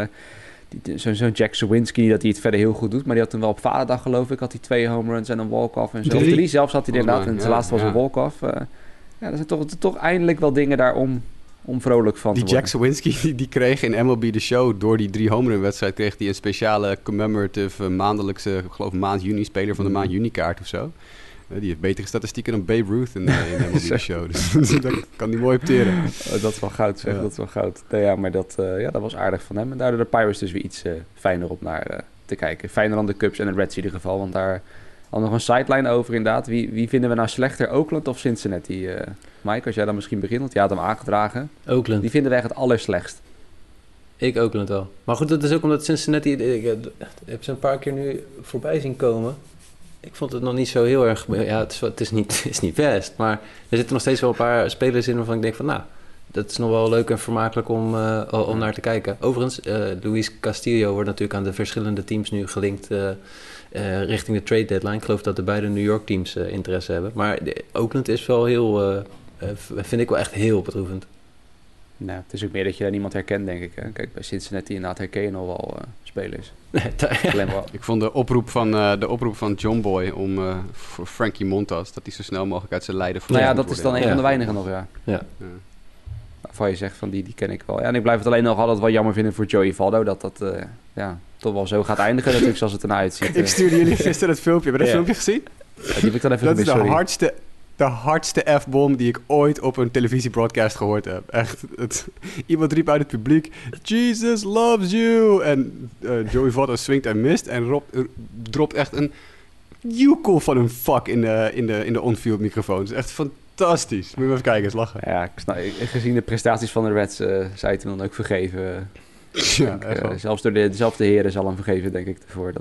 zo'n Jack Sawinski, dat hij het verder heel goed doet. Maar die had toen wel op vaderdag, geloof ik, had hij 2 home runs en een walk-off en zo. 3 zelfs had hij inderdaad. En zijn laatste was een walk-off. Er zijn toch eindelijk wel dingen daar om vrolijk van te worden. Die Jack Sawinski, die kreeg in MLB The Show... door die 3 home run wedstrijd... kreeg hij een speciale commemorative maandelijkse... ik geloof maand juni, speler van de maand juni kaart of zo. Die heeft betere statistieken dan Babe Ruth in MLB The Show. Dus dat kan hij mooi opteren. Dat is wel goud, zeg. Ja. Dat is wel goud. Ja, maar dat was aardig van hem. En daardoor de Pirates dus weer iets fijner op naar te kijken. Fijner dan de Cubs en de Reds in ieder geval. Want daar al nog een sideline over inderdaad. Wie vinden we nou slechter, Oakland of Cincinnati? Mike, als jij dan misschien begint, want je had hem aangedragen. Oakland. Die vinden wij echt het allerslechtst. Ik Oakland wel. Maar goed, dat is ook omdat Cincinnati... Ik heb ze een paar keer nu voorbij zien komen. Ik vond het nog niet zo heel erg... Ja, het is niet best. Maar er zitten nog steeds wel een paar spelers in waarvan ik denk van... Nou, dat is nog wel leuk en vermakelijk om naar te kijken. Overigens, Luis Castillo wordt natuurlijk aan de verschillende teams nu gelinkt... richting de trade deadline. Ik geloof dat de beide New York teams interesse hebben. Maar Oakland is wel heel... vind ik wel echt heel bedroevend. Nou, het is ook meer dat je daar niemand herkent, denk ik. Hè? Kijk, bij Cincinnati inderdaad herken je nog wel spelers. Ik vond de oproep van John Boy om voor Frankie Montas... dat hij zo snel mogelijk uit zijn lijden... Nou ja, dat is dan een van de weinigen nog, ja. Waarvan je zegt, van die ken ik wel. Ja, en ik blijf het alleen nog altijd wel jammer vinden voor Joey Votto... dat toch wel zo gaat eindigen, natuurlijk, zoals het ernaar uitziet. Ik stuurde jullie gisteren het filmpje. Heb je dat filmpje gezien? Ja, die heb ik dan even gemist, sorry. De hardste F-bom die ik ooit op een televisiebroadcast gehoord heb. Echt, iemand riep uit het publiek... Jesus loves you! En Joey Votto swingt en mist... en dropt echt een joekel van een fuck in de on-field microfoon. Het is echt fantastisch. Moet je even kijken, eens lachen. Ja, gezien de prestaties van de Reds... zou je het dan ook vergeven. Zelfs door dezelfde heren zal hem vergeven, denk ik, ervoor.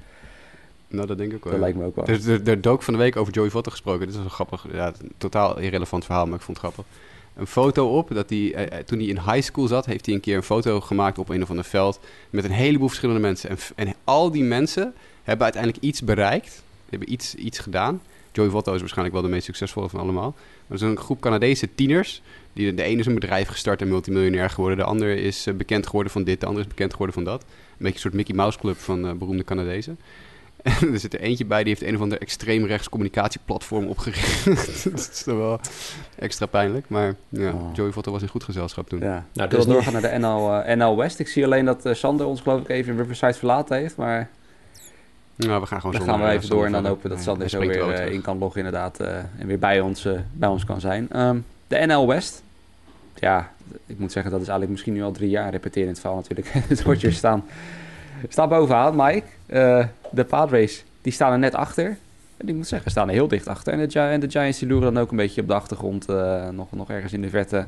Nou, dat denk ik wel. Dat lijkt me ook wel. Er dook van de week over Joey Votto gesproken. Dit is een grappig, totaal irrelevant verhaal, maar ik vond het grappig. Een foto op, dat hij, toen hij in high school zat, heeft hij een keer een foto gemaakt op een of ander veld met een heleboel verschillende mensen. En al die mensen hebben uiteindelijk iets bereikt, hebben iets gedaan. Joey Votto is waarschijnlijk wel de meest succesvolle van allemaal. Maar er is een groep Canadese tieners. De ene is een bedrijf gestart en multimiljonair geworden. De ander is bekend geworden van dit, de ander is bekend geworden van dat. Een beetje een soort Mickey Mouse Club van beroemde Canadezen. En er zit er eentje bij, die heeft een of ander extreemrechts communicatieplatform opgericht. Dat is toch wel extra pijnlijk. Maar ja, Joey Votto was in goed gezelschap toen. Ja. Nou, dus doorgaan naar de NL West. Ik zie alleen dat Sander ons geloof ik even in Riverside verlaten heeft. Maar nou, we gaan gewoon dan gaan we even door en dan hopen dat Sander zo weer in kan loggen inderdaad. En weer bij ons kan zijn. De NL West. Ja, ik moet zeggen dat is eigenlijk misschien nu al 3 jaar repeterend verhaal natuurlijk. De Dodgers staan bovenaan, Mike. De Padres, die staan er net achter. En ik moet zeggen, staan er heel dicht achter. En de Giants die loeren dan ook een beetje op de achtergrond. Nog ergens in de verte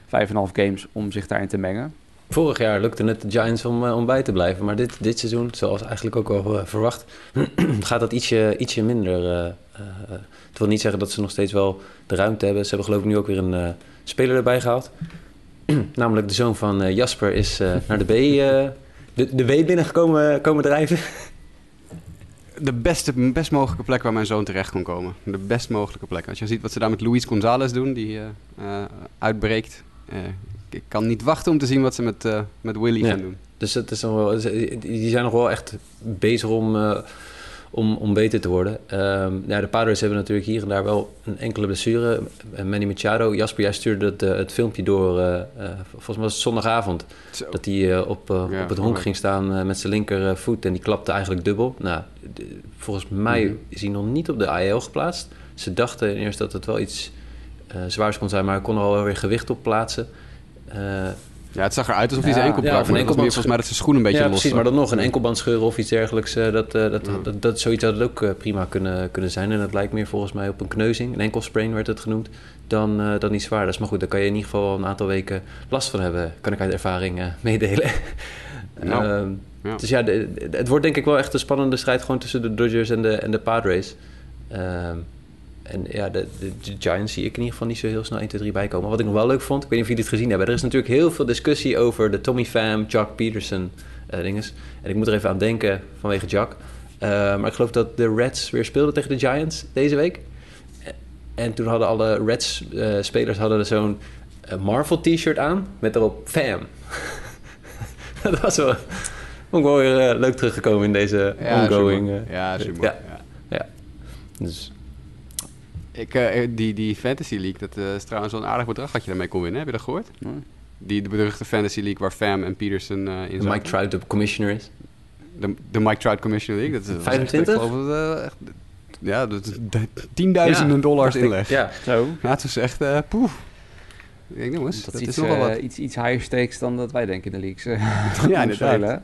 5,5 games om zich daarin te mengen. Vorig jaar lukte het de Giants om bij te blijven. Maar dit seizoen, zoals eigenlijk ook al verwacht, gaat dat ietsje minder. Het wil niet zeggen dat ze nog steeds wel de ruimte hebben. Ze hebben geloof ik nu ook weer een speler erbij gehaald. Namelijk de zoon van Jasper is naar de W binnengekomen komen drijven. De best mogelijke plek waar mijn zoon terecht kon komen. De best mogelijke plek. Als je ziet wat ze daar met Luis Gonzalez doen, die uitbreekt. Ik kan niet wachten om te zien wat ze met Willy gaan doen. Dus het is nog wel, die zijn nog wel echt bezig om beter te worden. De Padres hebben natuurlijk hier en daar wel een enkele blessure. Manny Machado, Jasper, jij stuurde het filmpje door, volgens mij was het zondagavond, dat hij op het honk ging staan met zijn linkervoet en die klapte eigenlijk dubbel. Nou, volgens mij is hij nog niet op de IL geplaatst. Ze dachten eerst dat het wel iets zwaars kon zijn, maar hij kon er al weer gewicht op plaatsen. Ja, het zag eruit alsof hij zijn enkel brak. Volgens mij dat zijn schoen een beetje los. Ja, precies. Maar dan nog een enkelband scheuren of iets dergelijks. Zoiets had het ook prima kunnen zijn. En dat lijkt meer volgens mij op een kneuzing. Een enkelsprain werd het genoemd. Dan iets zwaarders. Maar goed, daar kan je in ieder geval een aantal weken last van hebben. Kan ik uit ervaring meedelen. Dus ja, het wordt denk ik wel echt een spannende strijd gewoon tussen de Dodgers en de Padres. En ja, de Giants zie ik in ieder geval niet zo heel snel 1, 2, 3 bijkomen. Wat ik nog wel leuk vond, ik weet niet of jullie dit gezien hebben. Er is natuurlijk heel veel discussie over de Tommy Pham, Jock Peterson dinges. En ik moet er even aan denken vanwege Jock. Maar ik geloof dat de Reds weer speelden tegen de Giants deze week. En toen hadden alle Reds-spelers zo'n Marvel t-shirt aan met erop Pham. Dat was wel, vond ik wel weer leuk teruggekomen in deze ongoing. Super. Ja. Dus... Die Fantasy League, dat is trouwens wel een aardig bedrag wat je daarmee kon winnen. Heb je dat gehoord? Nee. De beruchte Fantasy League waar Pham en Peterson in zaten. Mike Trout de commissioner is. De Mike Trout Commissioner League. Dat is 25? Echt, ik geloof het, ja, dat is tienduizenden dollars inleg. Ja. Zo. Ja, het is echt poef. Ik denk, jongens, dat is nog wel wat. Iets higher stakes dan dat wij denken in de leagues. Ja, inderdaad.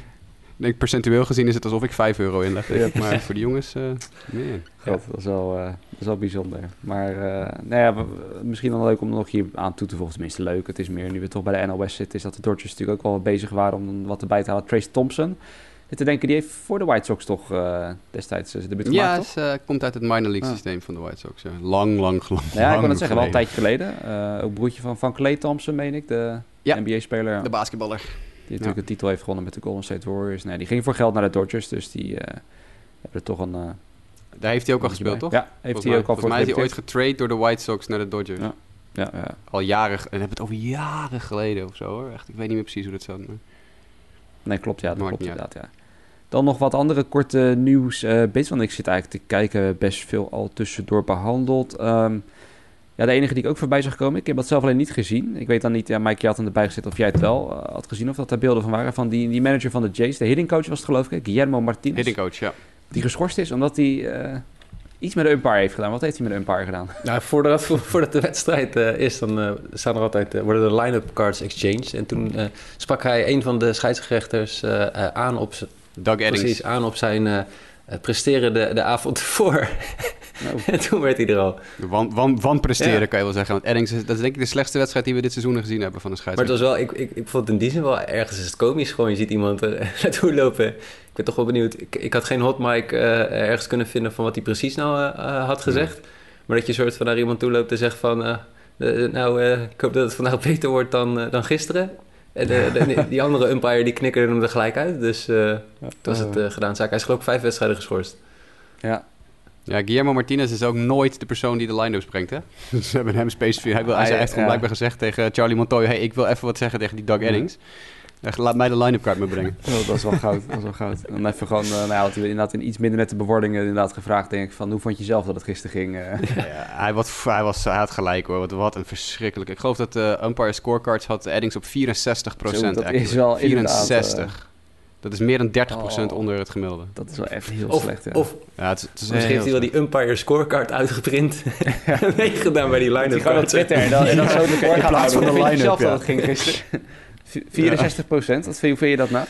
Ik denk, percentueel gezien is het alsof ik €5 inleg. Ja, maar voor die jongens, nee. God, dat is wel bijzonder. Maar misschien wel leuk om nog hier aan toe te voegen. Tenminste leuk, het is meer nu we toch bij de NL West zitten, is dat de Dodgers natuurlijk ook wel bezig waren om wat erbij te halen. Trace Thompson, te denken, die heeft voor de White Sox toch destijds zijn debuut gemaakt, toch? Ja, komt uit het minor league systeem van de White Sox. Ja. Lang Ja, ik kon het zeggen, wel een tijdje geleden. Ook broertje van Klay Thompson, meen ik, de NBA-speler. De basketballer. Die natuurlijk de titel heeft gewonnen met de Golden State Warriors. Nee, die ging voor geld naar de Dodgers, dus die hebben er toch een... Daar heeft hij ook al gespeeld, toch? Ja, heeft hij ook al voor. Volgens mij is hij ooit getrade door de White Sox naar de Dodgers. Ja. Al jaren, en hebben het over jaren geleden of zo, hoor. Echt, ik weet niet meer precies hoe dat zat. Maar... Nee, klopt, ja. Dat klopt inderdaad, ja. Dan nog wat andere korte nieuws. Want ik zit eigenlijk te kijken, best veel al tussendoor behandeld. Ja, de enige die ik ook voorbij zag komen, ik heb dat zelf alleen niet gezien. Ik weet dan niet, Mike, je had aan erbij gezet of jij het wel had gezien, of dat daar beelden van waren. Van die manager van de Jays, de hitting coach was het geloof ik, Guillermo Martinez. Hitting coach, ja. Die geschorst is omdat hij iets met de umpire heeft gedaan. Wat heeft hij met de umpire gedaan? Nou, voordat de wedstrijd is, dan staan er altijd, worden de line-up cards exchanged. En toen sprak hij een van de scheidsrechters aan op Doug Eddings. Precies, aan op zijn presteren de avond ervoor. Nou. En toen werd hij er al. Wanpresteren, kan je wel zeggen. Want Eddings, dat is denk ik de slechtste wedstrijd die we dit seizoen gezien hebben van de scheidsrechter. Maar het was wel, ik vond het in die zin wel ergens is het komisch. Gewoon, je ziet iemand naartoe lopen. Ik ben toch wel benieuwd. Ik had geen hot mic ergens kunnen vinden van wat hij precies nou had gezegd. Ja. Maar dat je soort van naar iemand toe loopt en zegt van... ik hoop dat het vandaag beter wordt dan gisteren. En die andere umpire die knikkerde hem er gelijk uit. Dus toen was het gedaan zaak. Hij is geloof ik 5 wedstrijden geschorst. Ja. Ja, Guillermo Martinez is ook nooit de persoon die de line-ups brengt, hè? Ze hebben hem specifiek... Hij heeft gewoon blijkbaar gezegd tegen Charlie Montoyo... Hey, ik wil even wat zeggen tegen die Doug Eddings. Laat mij de line-up kaart me brengen. Oh, dat is wel goud. En dan even gewoon... had hij inderdaad in iets minder nette bewoordingen inderdaad gevraagd, denk ik, van hoe vond je zelf dat het gisteren ging? Hij had gelijk, hoor. Wat een verschrikkelijk... Ik geloof dat de umpire scorecards had Eddings op 64%. Zo, dat is wel 64. Dat is meer dan 30% onder het gemiddelde. Dat is wel echt heel slecht, ja. Of het is misschien heeft hij wel die umpire scorecard uitgeprint en meegedaan bij die line-up. Gewoon op Twitter en dan zo de in plaats van de line-up. Zelf dat het ging gisteren. 64%, wat vind je dat nou?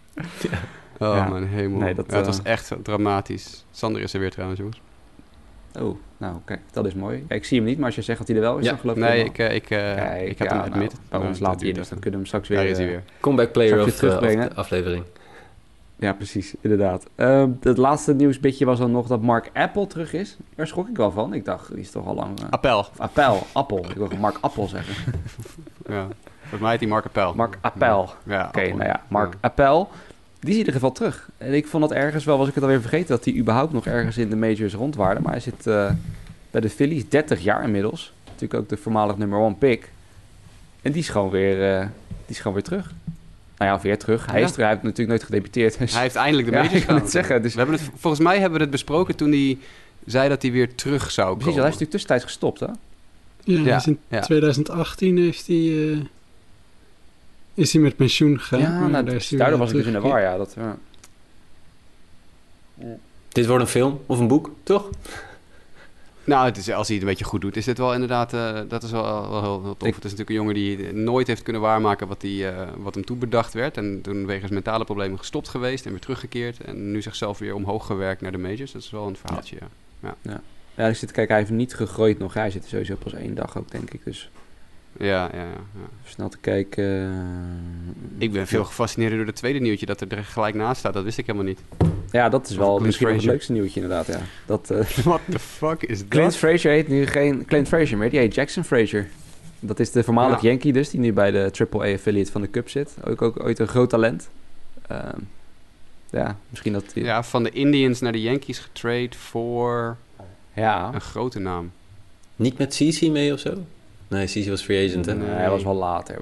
Ja. Oh, mijn hemel. Nee, het was echt dramatisch. Sander is er weer trouwens, jongens. Oh, nou kijk, dat is mooi. Ja, ik zie hem niet, maar als je zegt dat hij er wel is, dan geloof ik Nee, helemaal. ik had hem admit. Bij ons laat hij in, dus dan kunnen we hem straks weer... Daar is hij weer. Comeback player Zal ik of je terugbrengen? de aflevering. Ja, precies, inderdaad. Het laatste nieuwsbitje was dan nog dat Mark Apple terug is. Daar schrok ik wel van. Ik dacht, die is toch al lang... Appel. Appel. Ik wil Mark Appel zeggen. Ja. Volgens mij heet hij Mark Appel. Mark Appel. Ja, Oké, Appel. nou ja, Mark Appel. Die is in ieder geval terug. En ik vond het ergens wel, was ik het alweer vergeten, dat hij überhaupt nog ergens in de majors rondwaarde. Maar hij zit bij de Phillies, 30 jaar inmiddels. Natuurlijk ook de voormalig number 1 pick. En die is gewoon weer terug. Nou ja, weer terug. Hij is er, hij heeft natuurlijk nooit gedebuteerd. Dus... Hij heeft eindelijk de majors ik kan gehaald. het zeggen. Dus... We hebben het, volgens mij hebben we het besproken toen hij zei dat hij weer terug zou komen. Precies, hij is natuurlijk tussentijds gestopt, hè? Ja, Ja, dus in ja. 2018 is hij met pensioen gegaan. Ja, maar nou, daar is hij daardoor weer was ik dus in de teruggekeerd. war, ja. Dit wordt een film of een boek, toch? Nou, het is, als hij het een beetje goed doet, is dit wel inderdaad... dat is wel heel tof. Het is natuurlijk een jongen die nooit heeft kunnen waarmaken wat hem toebedacht werd. En toen wegens mentale problemen gestopt geweest en weer teruggekeerd. En nu zichzelf weer omhoog gewerkt naar de majors. Dat is wel een verhaaltje, ja. Ja, ik zit te kijken, hij heeft niet gegroeid nog. Hij zit er sowieso pas 1 dag ook, denk ik. Dus Ja. even snel te kijken. Ik ben veel gefascineerd door het tweede nieuwtje dat er gelijk naast staat. Dat wist ik helemaal niet. Ja, dat is wel Clint misschien wel het Frazier. leukste nieuwtje inderdaad, ja. Dat, What the fuck is dat? Clint Frazier heet nu geen Clint Frazier meer, die heet Jackson Frazier. Dat is de voormalig Ja. Yankee dus, die nu bij de AAA-affiliate van de Cubs zit. Ook ooit een groot talent. Ja, misschien dat... Ja, van de Indians naar de Yankees getrade voor Ja. een grote naam. Niet met CC mee of zo? Nee, CC was free agent, hè? Nee, hij was wel later.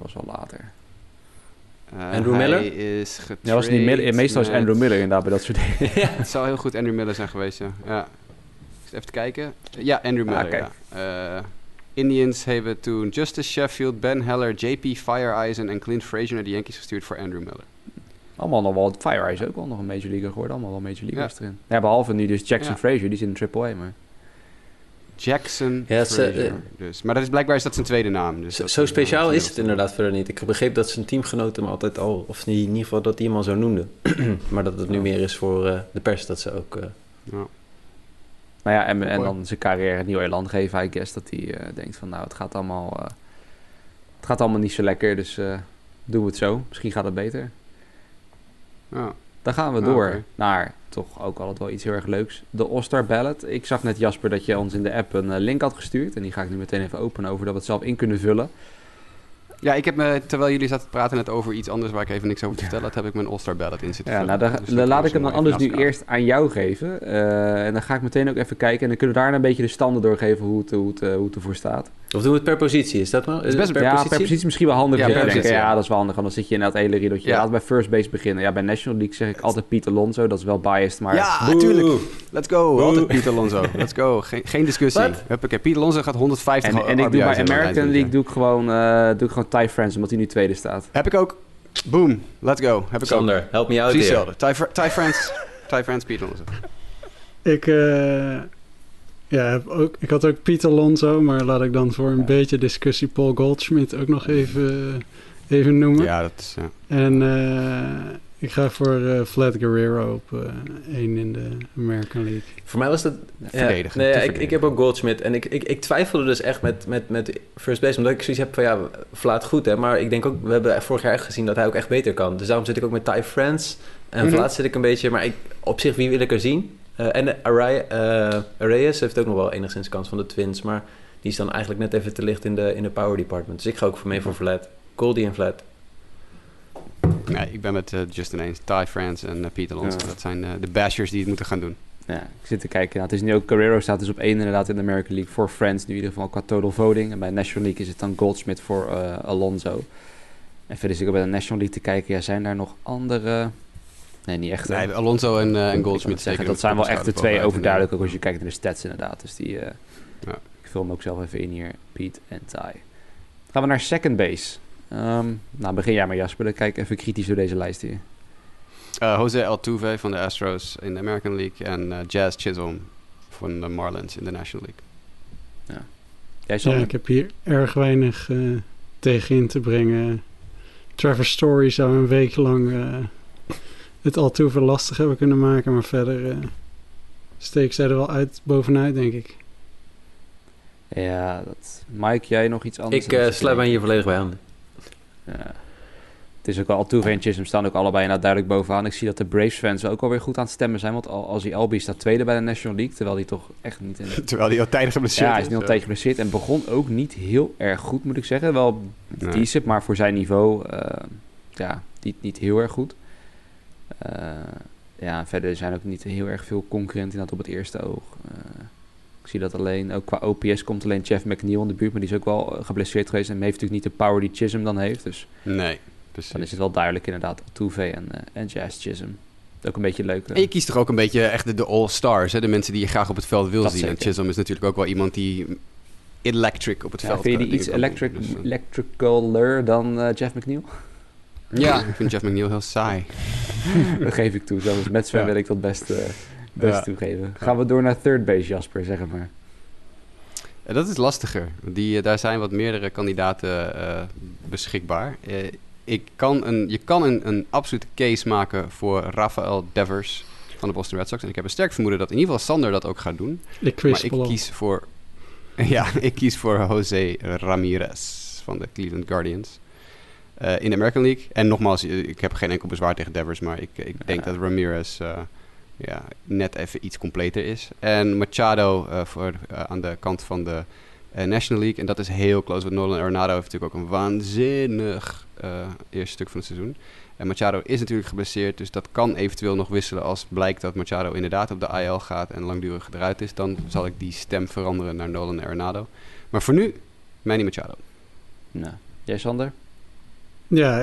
Andrew Miller? Hij is getrade Ja, was niet Miller, meestal is met- Andrew Miller inderdaad bij dat soort dingen. Het zou heel goed Andrew Miller zijn geweest, ja. Even te kijken. Ja, Andrew Miller, kijk. ja. Indians hebben toen Justice Sheffield, Ben Heller, JP Fireeisen en Clint Frazier naar de Yankees gestuurd voor Andrew Miller. Allemaal nog wel... Fire is ook wel nog een major leaguer geworden. Allemaal wel major leaguers erin. Ja, behalve nu dus Jackson Ja. Frazier, die zit in AAA, maar... Jackson Ja, het is, Frazier. Dus. Maar dat is blijkbaar zijn tweede naam. Dus Zo speciaal is het inderdaad verder niet. Ik begreep dat zijn teamgenoten hem altijd al... Of in ieder geval dat hij hem al zo noemde. Maar dat het nu meer is voor de pers dat ze ook... Ja. Nou ja, en dan zijn carrière een nieuw elan geven, I guess. Dat hij denkt van, nou, het gaat allemaal niet zo lekker, dus doen we het zo. Misschien gaat het beter. Ja. Dan gaan we door oké. naar toch ook altijd wel iets heel erg leuks. De All-Star Ballot. Ik zag net, Jasper, dat je ons in de app een link had gestuurd. En die ga ik nu meteen even openen over dat we het zelf in kunnen vullen. Ja, ik heb me, terwijl jullie zaten te praten net over iets anders waar ik even niks over te vertellen had, heb ik mijn All-Star Ballot in zitten Ja, vullen. nou, Dus dan dat laat was ik hem dan mooi anders nu even naast eerst aan jou geven. En dan ga ik meteen ook even kijken. En dan kunnen we daarna een beetje de standen doorgeven hoe het ervoor staat. Of doen we het per positie? Is dat wel? is best- per Ja, positie? per positie misschien wel handig. Ja, om per te denken. positie, Ja, ja. dat is wel handig. Want dan zit je in dat hele riedeltje. Ja. Laten we bij first base beginnen. Ja, bij National League zeg ik altijd Pete Alonso. Dat is wel biased, maar... Ja, Boe. tuurlijk. Let's go. Boe. Altijd Pete Alonso. Let's go. Geen discussie. Wat? Huppakee. Pete Alonso gaat 150 En ik doe RBI's bij hebben American dit League jaar. doe ik gewoon Ty France, omdat hij nu tweede staat. Heb ik ook. Boom. Let's go. Heb ik ook. Sander, help me out Precies hier. hetzelfde. Ty France, Pete Alonso. Ik had ook Pete Alonso, maar laat ik dan voor een beetje discussie Paul Goldschmidt ook nog even noemen. Ja, dat is... Ja. En ik ga voor Vlad Guerrero op 1 in de American League. Voor mij was dat... Verdedigen, Nee, te ik verdedigen. heb ook Goldschmidt. En ik twijfelde dus echt met first base. Omdat ik zoiets heb van, ja, Vlad goed, hè. Maar ik denk ook, we hebben vorig jaar echt gezien dat hij ook echt beter kan. Dus daarom zit ik ook met Ty France. En Mhm. Vlad zit ik een beetje... Maar op zich, wie wil ik er zien? En Arraez heeft ook nog wel enigszins kans van de Twins. Maar die is dan eigenlijk net even te licht in de power department. Dus ik ga ook voor Vlad. Goldie en Vlad. Nee, ik ben met Justin eens. Ty France en Pete Alonso. Ja. Dat zijn de bashers die het moeten gaan doen. Ja, ik zit te kijken. Nou, het is nu ook Guerrero staat dus op 1 inderdaad in de American League voor France. Nu in ieder geval qua total voting. En bij National League is het dan Goldschmidt voor Alonso. En verder zit ik ook bij de National League te kijken. Ja, zijn daar nog andere... Nee, niet echt. Nee, Alonso en Ik Goldschmidt zeggen, zeker. dat zijn wel echt de twee bovenuit. overduidelijk, ook als je kijkt naar de stats inderdaad. Dus die, Ja. ik vul hem ook zelf even in hier, Piet en Ty. Gaan we naar second base. Nou, begin jij maar Jasper, dan kijk ik even kritisch door deze lijst hier. Jose Altuve van de Astros in de American League en Jazz Chisholm van de Marlins in de National League. Jij Sander? Ja, ik heb hier erg weinig tegen in te brengen. Trevor Story zou een week lang het Altuve lastig hebben kunnen maken, maar verder steek zij er wel uit bovenuit, denk ik. Ja, Mike, jij nog iets anders? Ik sluit mij hier volledig bij aan. Ja. Het is ook al Altuve en Chisholm staan ook allebei duidelijk bovenaan. Ik zie dat de Braves-fans ook alweer goed aan het stemmen zijn. Want Ozzie Albies staat tweede bij de National League. Terwijl hij toch echt niet... Terwijl hij al tijdig geblesseerd is. Ja, hij is nu al tijdje geblesseerd. En begon ook niet heel erg goed, moet ik zeggen. Wel decent, maar voor zijn niveau... niet heel erg goed. Verder zijn ook niet heel erg veel concurrenten op het eerste oog. Ik zie dat alleen, ook qua OPS komt alleen Jeff McNeil in de buurt. Maar die is ook wel geblesseerd geweest. En heeft natuurlijk niet de power die Chisholm dan heeft. Dus nee, precies. Dan is het wel duidelijk inderdaad. Altuve en Jazz Chisholm. Ook een beetje leuk. En je kiest toch ook een beetje echt de all-stars. Hè? De mensen die je graag op het veld wil zien. Zeker. En Chisholm is natuurlijk ook wel iemand die electric op het veld... Vind je die iets electricaler dan Jeff McNeil? Ja, ik vind Jeff McNeil heel saai. Dat geef ik toe. Zoals Mets-fan wil ik dat best toegeven. Gaan we door naar third base, Jasper, zeg maar. Dat is lastiger. Daar zijn wat meerdere kandidaten beschikbaar. Je kan een absolute case maken voor Rafael Devers van de Boston Red Sox. En ik heb een sterk vermoeden dat in ieder geval Sander dat ook gaat doen. Ik kies voor Jose Ramirez van de Cleveland Guardians. In de American League. En nogmaals, ik heb geen enkel bezwaar tegen Devers, maar ik denk dat Ramirez net even iets completer is. En Machado aan de kant van de National League. En dat is heel close, want Nolan Arenado heeft natuurlijk ook een waanzinnig eerste stuk van het seizoen. En Machado is natuurlijk geblesseerd, dus dat kan eventueel nog wisselen als blijkt dat Machado inderdaad op de IL gaat en langdurig eruit is. Dan zal ik die stem veranderen naar Nolan Arenado. Maar voor nu, Manny Machado. Nou, jij Sander? Ja,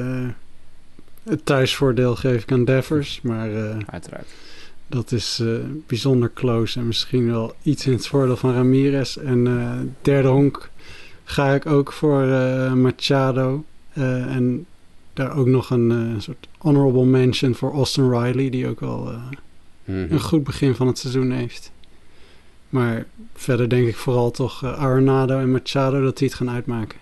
het thuisvoordeel geef ik aan Devers, maar uiteraard. Dat is bijzonder close en misschien wel iets in het voordeel van Ramirez. En derde honk ga ik ook voor Machado. En daar ook nog een soort honorable mention voor Austin Riley, die ook wel een goed begin van het seizoen heeft. Maar verder denk ik vooral toch Arenado en Machado dat die het gaan uitmaken.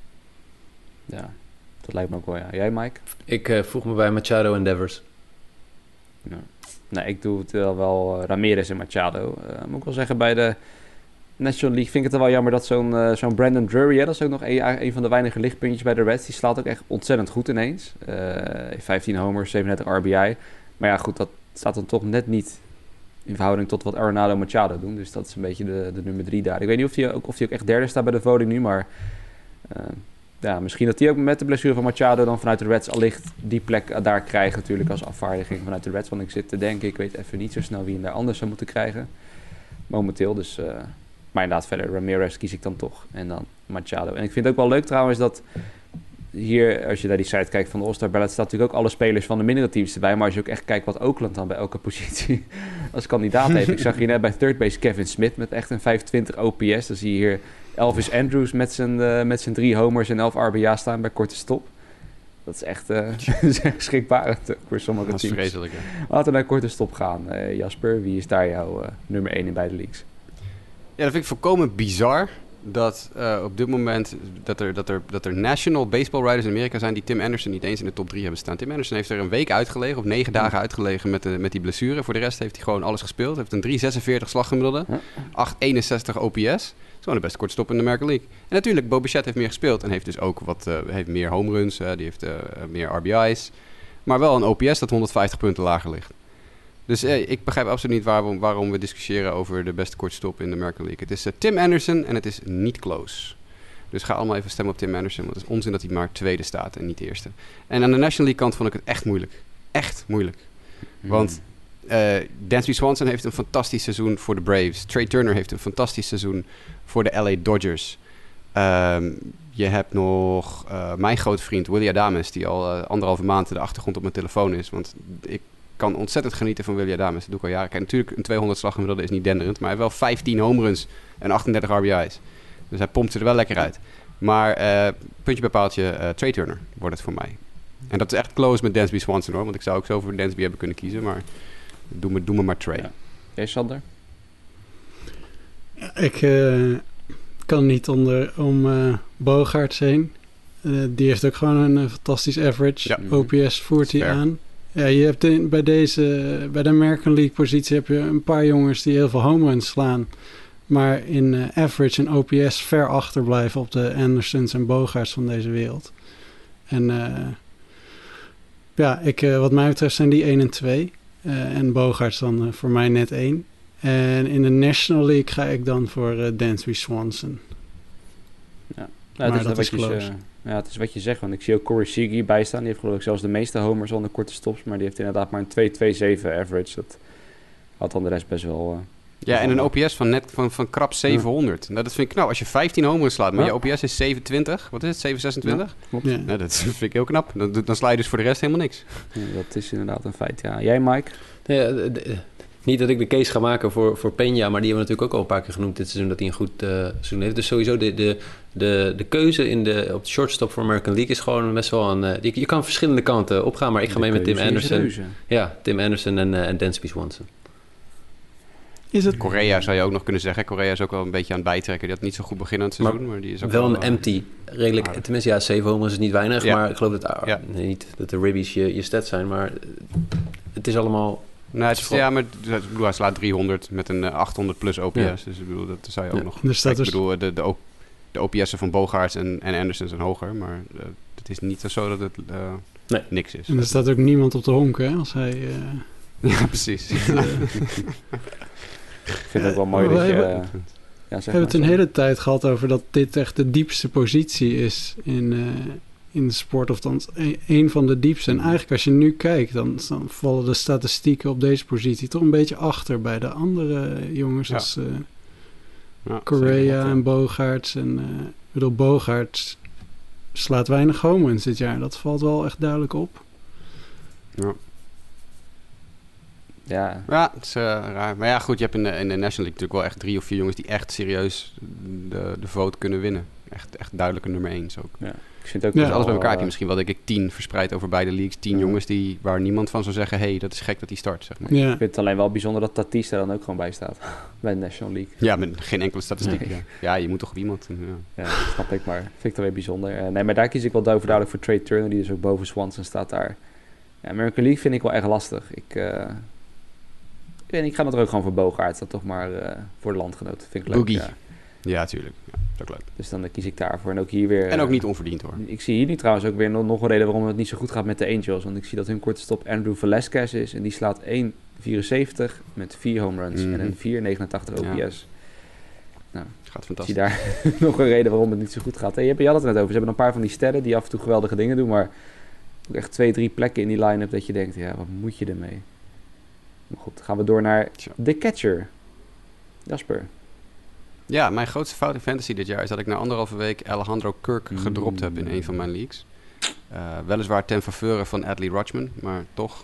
Ja, dat lijkt me ook wel, ja. Jij, Mike? Ik voeg me bij Machado en Devers. Ja. Nee, ik doe het wel Ramirez en Machado. Moet ik wel zeggen, bij de National League vind ik het wel jammer dat zo'n Brandon Drury, dat is ook nog een van de weinige lichtpuntjes bij de Reds, die slaat ook echt ontzettend goed ineens. 15 homers, 37 RBI. Maar ja, goed, dat staat dan toch net niet in verhouding tot wat Arenado en Machado doen. Dus dat is een beetje de nummer 3 daar. Ik weet niet of hij ook echt derde staat bij de voting nu, maar... misschien dat hij ook met de blessure van Machado dan vanuit de Reds allicht die plek daar krijgt natuurlijk als afvaardiging vanuit de Reds. Want ik zit te denken, ik weet even niet zo snel wie hem daar anders zou moeten krijgen. Momenteel dus. Maar inderdaad verder, Ramirez kies ik dan toch. En dan Machado. En ik vind het ook wel leuk trouwens dat hier, als je naar die site kijkt van de All-Star Ballot, staat natuurlijk ook alle spelers van de mindere teams erbij. Maar als je ook echt kijkt wat Oakland dan bij elke positie als kandidaat heeft. Ik zag hier net bij third base Kevin Smith met echt een 520 OPS. Dan zie je hier Elvis Andrews met zijn 3 homers en 11 RBA staan bij korte stop. Dat is echt schrikbarend voor sommige teams. Dat is vreselijk, hè? Laten we naar korte stop gaan. Jasper, wie is daar jouw nummer 1 in beide leagues? Ja, dat vind ik volkomen bizar. Dat op dit moment dat er national baseball writers in Amerika zijn die Tim Anderson niet eens in de top 3 hebben staan. Tim Anderson heeft er een week uitgelegen, of 9 dagen uitgelegen met die blessure. Voor de rest heeft hij gewoon alles gespeeld. Hij heeft een 3,46 slaggemiddelde, 8,61 OPS. Dat is gewoon de beste kortstop in de American League. En natuurlijk, Bo Bichette heeft meer gespeeld en heeft dus ook heeft meer home runs. Die heeft meer RBI's. Maar wel een OPS dat 150 punten lager ligt. Dus ik begrijp absoluut niet waarom we discussiëren over de beste kortstop in de American League. Het is Tim Anderson en het is niet close. Dus ga allemaal even stemmen op Tim Anderson. Want het is onzin dat hij maar tweede staat en niet eerste. En aan de National League kant vond ik het echt moeilijk. Echt moeilijk. Want Dansby Swanson heeft een fantastisch seizoen voor de Braves. Trey Turner heeft een fantastisch seizoen voor de LA Dodgers. Je hebt nog mijn grote vriend Willy Adames, die al 1,5 maand de achtergrond op mijn telefoon is. Want ik kan ontzettend genieten van Willy Adames. Dat doe ik al jaren. Kijk, natuurlijk, een 200 slaggemiddelde is niet denderend, maar hij heeft wel 15 home runs en 38 RBI's. Dus hij pompt ze er wel lekker uit. Maar puntje bij paaltje, Trey Turner wordt het voor mij. En dat is echt close met Dansby Swanson, hoor. Want ik zou ook zo voor Dansby hebben kunnen kiezen, maar doe me maar Trey. Ja. Jij, Sander? Ja, ik kan niet om Bogaerts heen. Die heeft ook gewoon een fantastisch average. Ja. OPS voert hij aan. Ja, je hebt bij de American League positie heb je een paar jongens die heel veel home runs slaan. maar in average en OPS ver achterblijven op de Andersons en Bogaerts van deze wereld. En wat mij betreft zijn die 1 en 2. En Bogaerts dan voor mij net 1. En in de National League ga ik dan voor Dansby Swanson. Ja, maar dat is close. Het is wat je zegt, want ik zie ook Corey Seager bijstaan. Die heeft geloof ik zelfs de meeste homers onder korte stops, maar die heeft inderdaad maar een 2.27 average. Dat had dan de rest best wel... en een OPS van krap 700. Nou, dat vind ik knap. Als je 15 homers slaat, maar je OPS is 720. Wat is het? 726? Ja, Nou, dat vind ik heel knap. Dan sla je dus voor de rest helemaal niks. Ja, dat is inderdaad een feit, ja. Jij, Mike? Niet dat ik de case ga maken voor Peña, maar die hebben we natuurlijk ook al een paar keer genoemd dit seizoen, dat hij een goed seizoen heeft. Dus sowieso de keuze op de shortstop voor American League is gewoon best wel een... Je kan verschillende kanten opgaan, maar ik ga mee met Tim Anderson. Ja, Tim Anderson en Dansby Swanson. Is het... Correa zou je ook nog kunnen zeggen. Correa is ook wel een beetje aan het bijtrekken. Die had niet zo goed begin aan het seizoen, maar die is ook wel een empty. Redelijk, tenminste 7 homers is niet weinig, maar ik geloof dat niet dat de ribbies je stats zijn, maar het is allemaal... Nou, maar hij slaat 300 met een 800 plus OPS. Ja. Dus ik bedoel, dat zou je ook nog... Dus ik bedoel, de OPS'en van Bogaerts en Anderson zijn hoger, maar het is niet zo dat het niks is. En er staat ook niemand op de honk, hè, als hij... Ja, precies. Ik vind het ook wel mooi dat je... We hebben het een hele tijd gehad over dat dit echt de diepste positie is in de sport, of dan een van de diepste. En eigenlijk als je nu kijkt, dan vallen de statistieken op deze positie toch een beetje achter bij de andere jongens als Correa en Bogaerts. En Bogaerts slaat weinig home runs dit jaar. Dat valt wel echt duidelijk op. Ja. Ja, het is raar. Maar ja, goed, je hebt in de National League natuurlijk wel echt 3 of 4 jongens die echt serieus de vote kunnen winnen. Echt duidelijke nummer 1 ook. Ja. Ik vind ook dus alles bij elkaar heb je misschien wel, denk ik, 10 verspreid over beide leagues. 10 jongens waar niemand van zou zeggen, hey, dat is gek dat hij start, zeg maar. Ja. Ik vind het alleen wel bijzonder dat Tatis er dan ook gewoon bij staat. Bij de National League. Ja, met geen enkele statistiek. Nee. Ja, je moet toch op iemand. Ja, dat snap ik, maar vind ik dan weer bijzonder. Nee, maar daar kies ik wel duidelijk voor Trey Turner, die dus ook boven Swanson staat daar. Ja, American League vind ik wel echt lastig. Ik ga dat er ook gewoon voor Bogaerts, dat toch maar voor de landgenoot. Vind ik leuk. Boogie. Ja, tuurlijk. Ja, dat is ook leuk. Dus dan kies ik daarvoor. En ook hier weer... En ook niet onverdiend, hoor. Ik zie hier nu trouwens ook weer nog een reden waarom het niet zo goed gaat met de Angels. Want ik zie dat hun korte stop Andrew Velasquez is. En die slaat 1.74 met 4 home runs en een 4.89 OPS. Ja. Nou, gaat fantastisch. Ik zie daar nog een reden waarom het niet zo goed gaat. Hey, je had het net over. Ze hebben een paar van die sterren die af en toe geweldige dingen doen. Maar ook echt 2-3 plekken in die line-up dat je denkt, ja, wat moet je ermee? Maar goed, gaan we door naar de catcher. Jasper. Ja, mijn grootste fout in fantasy dit jaar is dat ik na 1,5 week Alejandro Kirk gedropt heb in een van mijn leagues. Weliswaar ten faveur van Adley Rutschman, maar toch.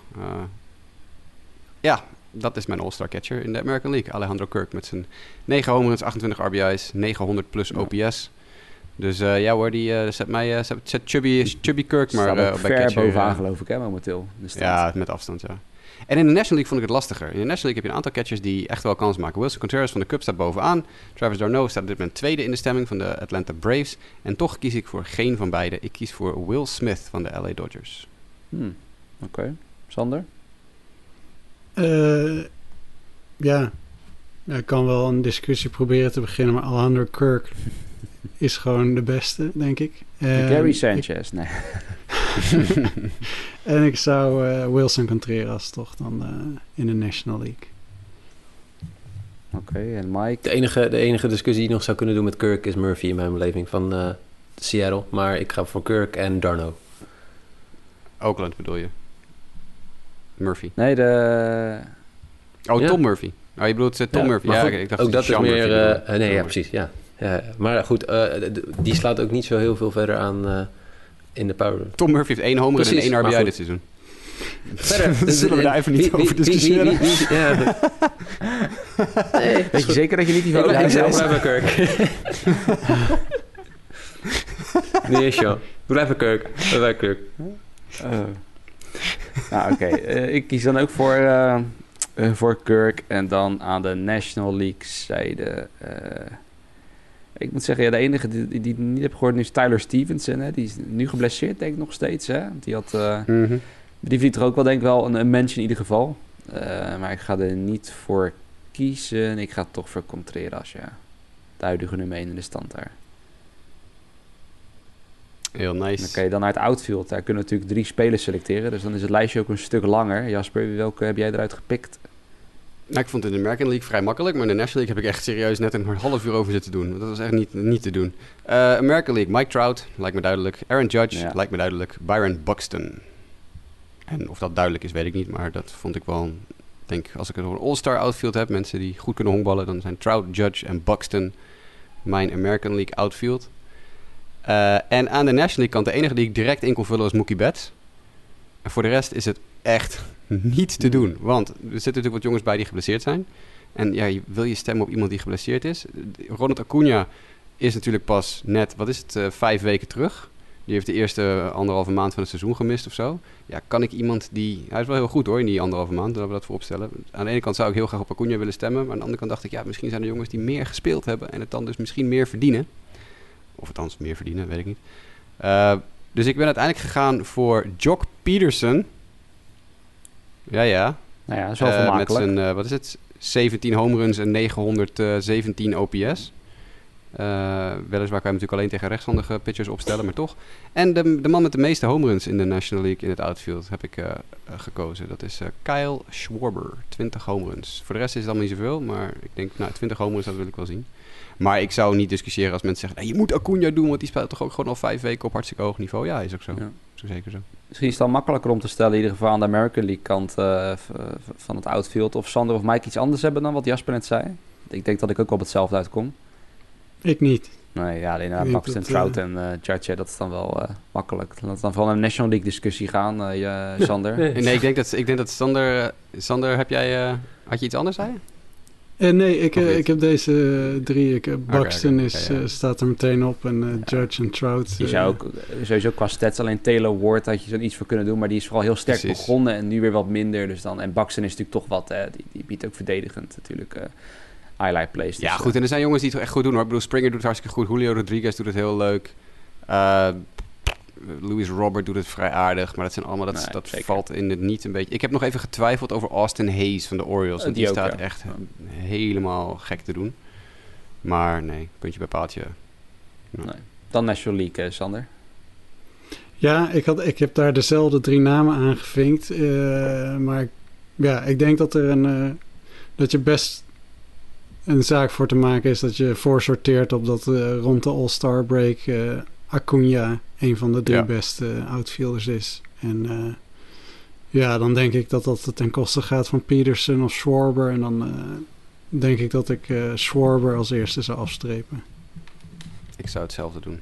Dat is mijn all-star catcher in de American League. Alejandro Kirk met zijn 9 home runs, 28 RBI's, 900 plus OPS. Dus hoor, die zet Chubby Kirk maar op bij catcher. Bovenaan geloof ik, hè, momenteel. Ja, met afstand, ja. En in de National League vond ik het lastiger. In de National League heb je een aantal catchers die echt wel kans maken. Wilson Contreras van de Cubs staat bovenaan. Travis d'Arnaud staat op dit moment tweede in de stemming van de Atlanta Braves. En toch kies ik voor geen van beide. Ik kies voor Will Smith van de LA Dodgers. Oké. Sander? Ik kan wel een discussie proberen te beginnen, maar Alejandro Kirk is gewoon de beste, denk ik. Gary Sanchez, nee. En ik zou Wilson Contreras toch dan in de National League. Oké, en Mike? De enige discussie die ik nog zou kunnen doen met Kirk is Murphy in mijn beleving van Seattle. Maar ik ga voor Kirk en d'Arnaud. Oakland bedoel je? Murphy? Nee, Tom Murphy. Oh, je bedoelt Tom Murphy. Ja, goed, ik dacht ook dat is meer... ja, precies, ja. Maar goed, die slaat ook niet zo heel veel verder aan... in de power. Tom Murphy heeft 1 homer en 1 RBI dit seizoen. Verder. Zullen we daar even niet over discussiëren? Nee, weet je zeker dat je niet die van ik blijf bij Kirk. Nee, show. Blijf bij Kirk. Bij Kirk. Oké. Ik kies dan ook voor Kirk. En dan aan de National League zijde... ik moet zeggen, de enige die niet heb gehoord nu is Tyler Stevenson. Hè? Die is nu geblesseerd, denk ik nog steeds. Hè? Die had... Die verdient er ook wel, denk ik wel, een mention in ieder geval. Maar ik ga er niet voor kiezen. Ik ga toch voor Contreras, ja. De huidige nummer 1 in de stand daar. Heel nice. Dan kan je dan naar het outfield. Daar kunnen we natuurlijk 3 spelers selecteren. Dus dan is het lijstje ook een stuk langer. Jasper, welke heb jij eruit gepikt? Nou, ik vond het in de American League vrij makkelijk, maar in de National League heb ik echt serieus net een half uur over zitten doen. Dat was echt niet te doen. American League, Mike Trout, lijkt me duidelijk. Aaron Judge, lijkt me duidelijk. Byron Buxton. En of dat duidelijk is, weet ik niet, maar dat vond ik wel... Ik denk, als ik het over een all-star outfield heb, mensen die goed kunnen honkballen, dan zijn Trout, Judge en Buxton mijn American League outfield. En aan de National League kant, de enige die ik direct in kon vullen was Mookie Betts. En voor de rest is het echt niet te doen. Want er zitten natuurlijk wat jongens bij die geblesseerd zijn. En ja, wil je stemmen op iemand die geblesseerd is? Ronald Acuna is natuurlijk pas net, 5 weken terug. Die heeft de eerste 1,5 maand van het seizoen gemist of zo. Ja, kan ik iemand die... Hij is wel heel goed hoor, in die 1,5 maand, dat we dat vooropstellen. Aan de ene kant zou ik heel graag op Acuna willen stemmen. Maar aan de andere kant dacht ik, ja, misschien zijn er jongens die meer gespeeld hebben. En het dan dus misschien meer verdienen. Of althans meer verdienen, weet ik niet. Dus ik ben uiteindelijk gegaan voor Jock Peterson. Ja. Nou ja, zo vermakelijk. Met zijn, 17 home runs en 917 OPS. Weliswaar kan je natuurlijk alleen tegen rechtshandige pitchers opstellen, maar toch. En de man met de meeste home runs in de National League in het outfield heb ik gekozen. Dat is Kyle Schwarber, 20 home runs. Voor de rest is het allemaal niet zoveel, maar ik denk, 20 home runs, dat wil ik wel zien. Maar ik zou niet discussiëren als mensen zeggen, je moet Acuna doen, want die speelt toch ook gewoon al 5 weken op hartstikke hoog niveau. Ja, is ook zo. Ja. Is ook zeker zo. Misschien is het dan makkelijker om te stellen, in ieder geval aan de American League kant van het outfield. Of Sander of Mike iets anders hebben dan wat Jasper net zei. Ik denk dat ik ook op hetzelfde uitkom. Ik niet. Nee, ja, alleen Buxton, Trout en Judge, dat is dan wel makkelijk. Laten we dan vooral naar een National League discussie gaan, Sander. Nee, ik denk dat Sander, had je iets anders, zei je? Nee, ik heb deze 3. Buxton staat er meteen op en Judge en Trout. Je zou ook sowieso qua stats, alleen Taylor Ward had je zo'n iets voor kunnen doen, maar die is vooral heel sterk begonnen en nu weer wat minder. Dus dan, en Buxton is natuurlijk toch wat, die biedt ook verdedigend natuurlijk highlight plays. Dus, ja, goed, en er zijn jongens die het echt goed doen hoor. Ik bedoel, Springer doet het hartstikke goed, Julio Rodriguez doet het heel leuk. Luis Robert doet het vrij aardig, maar dat zijn allemaal dat valt in het niet een beetje. Ik heb nog even getwijfeld over Austin Hayes van de Orioles. Die staat echt helemaal gek te doen. Maar nee, puntje bij paaltje. Nee. Dan National League, Sander. Ja, ik heb daar dezelfde 3 namen aangevinkt. Maar ik denk dat dat je best een zaak voor te maken is dat je voorsorteert op dat rond de All-Star break Acuna een van de 3 beste outfielders is. En dan denk ik dat dat ten koste gaat van Peterson of Schwarber. En dan denk ik dat ik Schwarber als eerste zou afstrepen. Ik zou hetzelfde doen.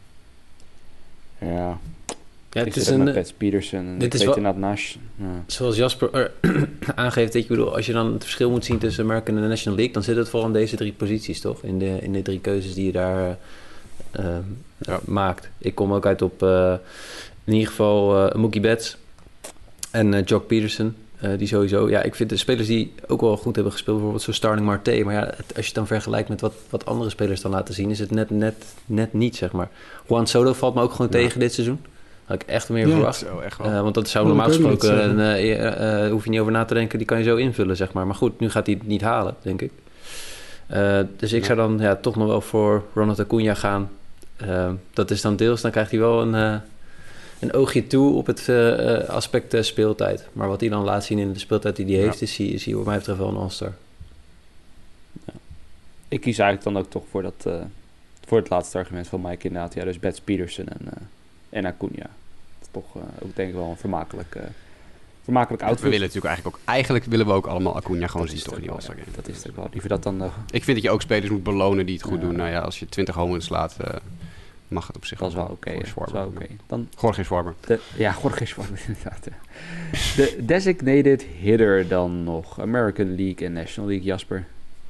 Ja, het is een Pets Peterson. Dit is wel Nash. Ja. Zoals Jasper aangeeft, ik bedoel, als je dan het verschil moet zien tussen American en de National League, dan zit het vooral in deze 3 posities, toch? In de 3 keuzes die je daar maakt. Ik kom ook uit op in ieder geval Mookie Betts en Jock Peterson. Die sowieso, ik vind de spelers die ook wel goed hebben gespeeld, bijvoorbeeld zo Starling Marte. Maar als je het dan vergelijkt met wat andere spelers dan laten zien, is het net niet, zeg maar. Juan Soto valt me ook gewoon tegen dit seizoen. Had ik echt meer verwacht. Zo, echt wel. Want dat zou normaal gesproken, hoef je niet over na te denken, die kan je zo invullen, zeg maar. Maar goed, nu gaat hij het niet halen, denk ik. Dus ik zou dan toch nog wel voor Ronald Acuna gaan. Dat is dan deels, dan krijgt hij wel een oogje toe op het aspect speeltijd. Maar wat hij dan laat zien in de speeltijd die hij heeft, is hij wat mij betreft wel een all-star. Ja. Ik kies eigenlijk dan ook toch voor het laatste argument van Mike inderdaad. Ja, dus Betts, Peterson en Acuna. Dat is toch ook denk ik wel een vermakelijk outfit. We willen natuurlijk eigenlijk willen we ook allemaal Acuna gewoon zien toch in die all-star game. Dat is het ook wel. Liever dat dan... Ik vind dat je ook spelers moet belonen die het goed doen. Nou ja, als je 20 home runs slaat, mag het op zich. Dat is wel oké. Dan Jorge Schwarber. Jorge Schwarber inderdaad. De designated hitter dan nog. American League en National League, Jasper.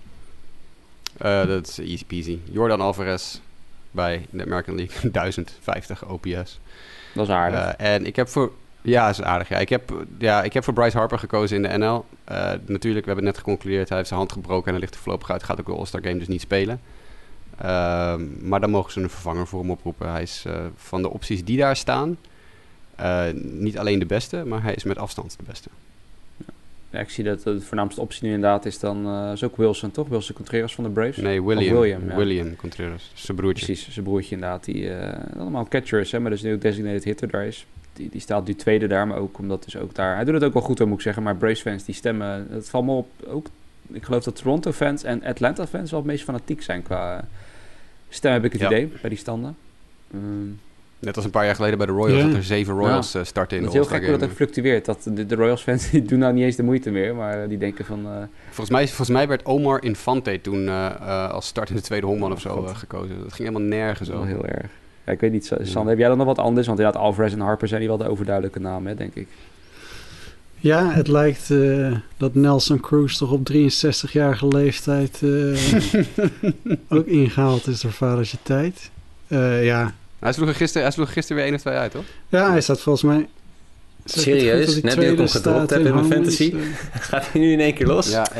Dat is easy peasy. Jordan Alvarez bij de American League. 1050 OPS. Dat is aardig. En ik heb voor... Ja, dat is aardig. Ja. Ik heb voor Bryce Harper gekozen in de NL. Natuurlijk, we hebben net geconcludeerd. Hij heeft zijn hand gebroken en hij ligt er voorlopig uit. Gaat ook de All-Star Game dus niet spelen. Maar dan mogen ze een vervanger voor hem oproepen. Hij is van de opties die daar staan niet alleen de beste, maar hij is met afstand de beste. Ja. Ja, ik zie dat de voornaamste optie nu inderdaad is dan... is ook Wilson, toch? Wilson Contreras van de Braves? Nee, William Contreras. Zijn broertje. Precies, zijn broertje inderdaad. Die allemaal catcher is, hè, maar dus nu ook designated hitter daar is. Die staat nu tweede daar, maar ook omdat dus ook daar... Hij doet het ook wel goed, moet ik zeggen. Maar Braves fans, die stemmen... Het valt me op. Ook, ik geloof dat Toronto fans en Atlanta fans wel het meest fanatiek zijn qua stem, heb ik het idee, bij die standen. Net als een paar jaar geleden bij de Royals, dat er 7 Royals starten in de All-Star Game. Het is heel gek hoe dat ook fluctueert. Dat de Royals fans die doen nou niet eens de moeite meer, maar die denken van... Volgens mij werd Omar Infante toen als startende tweede honkman of zo gekozen. Dat ging helemaal nergens over. Heel erg. Ja, ik weet niet, Sander, heb jij dan nog wat anders? Want inderdaad, Alvarez en Harper zijn die wel de overduidelijke namen, denk ik. Ja, het lijkt dat Nelson Cruz toch op 63-jarige leeftijd ook ingehaald is door vadertje tijd. Ja. Hij sloeg er gisteren weer 1 of 2 uit, toch? Ja, hij staat volgens mij... Serieus? Net nu ik hem gedropt heb in mijn fantasy? Gaat hij nu in één keer los? Ja.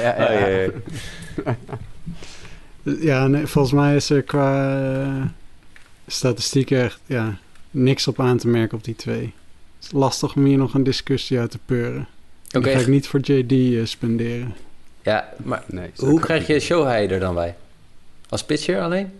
Ja, nee, volgens mij is er qua statistieken echt niks op aan te merken op die 2. Het is lastig om hier nog een discussie uit te peuren. Die ga ik niet voor JD spenderen. Ja, maar hoe krijg je Shohei er dan bij? Als pitcher alleen?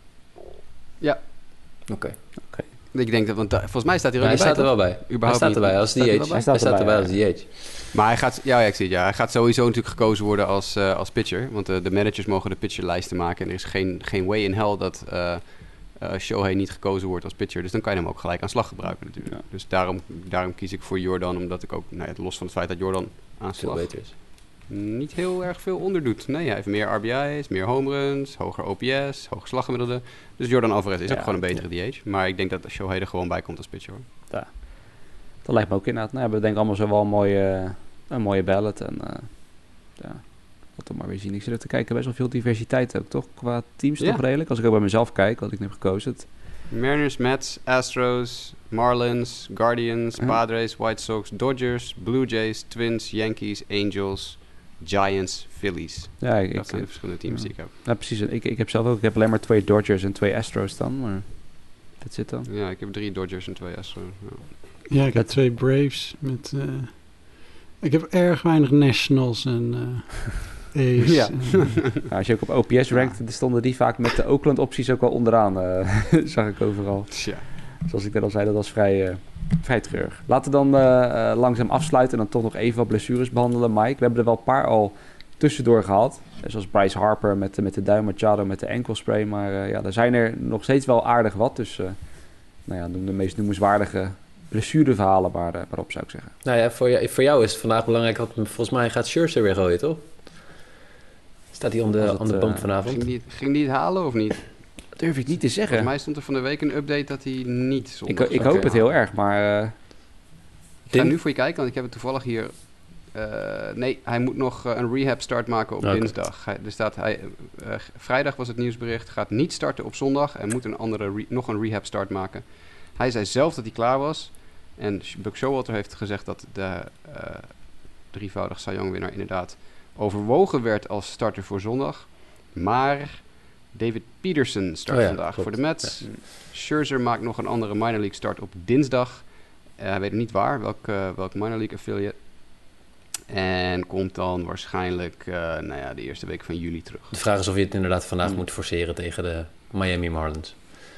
Ja. Oké. Ik denk dat, want volgens mij staat hij er ook bij. Hij staat er wel bij. Hij staat erbij als DH. Hij staat erbij als DH. Maar hij gaat, ik zie het, Hij gaat sowieso natuurlijk gekozen worden als pitcher. Want de managers mogen de pitcherlijsten maken. En er is geen way in hell dat Shohei niet gekozen wordt als pitcher. Dus dan kan je hem ook gelijk aan slag gebruiken natuurlijk. Ja. Dus daarom kies ik voor Jordan. Omdat ik ook, los van het feit dat Jordan aan slag veel beter is, niet heel erg veel onderdoet. Nee, hij heeft meer RBI's, meer home runs, hoger OPS, hoger slaggemiddelde. Dus Jordan Alvarez is ook gewoon een betere DH. Maar ik denk dat Shohei er gewoon bij komt als pitcher, hoor. Ja, dat lijkt me ook inderdaad. Nou, we denken allemaal zo wel een mooie ballot. En wat maar weer zien. Ik zit er te kijken, best wel veel diversiteit ook, toch? Qua teams toch redelijk. Als ik ook bij mezelf kijk, wat ik nu heb gekozen. Mariners, Mets, Astros, Marlins, Guardians, Padres, White Sox, Dodgers, Blue Jays, Twins, Yankees, Angels, Giants, Phillies. Ja, dat zijn de verschillende teams die ik heb. Ja, precies. Ik heb zelf ook. Ik heb alleen maar 2 Dodgers en 2 Astros dan, maar dat zit dan. Ja, ik heb 3 Dodgers en 2 Astros. Ja, ik heb 2 Braves met... ik heb erg weinig Nationals en A's. Ja. Als je ook op OPS rankt, stonden die vaak met de Oakland opties ook wel onderaan. Zag ik overal. Tja. Zoals ik net al zei, dat was vrij treurig. Laten we dan langzaam afsluiten en dan toch nog even wat blessures behandelen, Mike. We hebben er wel een paar al tussendoor gehad. Zoals Bryce Harper met de duim, Machado met de enkelspray. Maar er zijn er nog steeds wel aardig wat. Dus noem de meest noemenswaardige blessureverhalen maar op, zou ik zeggen. Nou ja, voor jou is het vandaag belangrijk. Volgens mij gaat Scherzer weer gooien, toch? Staat hij on de bump vanavond? Ging die het halen of niet? Dat durf ik niet te zeggen. Volgens mij stond er van de week een update dat hij niet zondag... Ik hoop het heel erg, maar... Ik ga nu voor je kijken, want ik heb het toevallig hier... nee, hij moet nog een rehab start maken op dinsdag. Vrijdag was het nieuwsbericht, gaat niet starten op zondag en moet nog een rehab start maken. Hij zei zelf dat hij klaar was. En Buck Showalter heeft gezegd dat de drievoudig Cy Young winnaar inderdaad overwogen werd als starter voor zondag. Maar David Peterson start vandaag voor de Mets. Ja. Scherzer maakt nog een andere minor league start op dinsdag. Hij weet niet waar, welk minor league affiliate. En komt dan waarschijnlijk de eerste week van juli terug. De vraag is of je het inderdaad vandaag moet forceren tegen de Miami Marlins.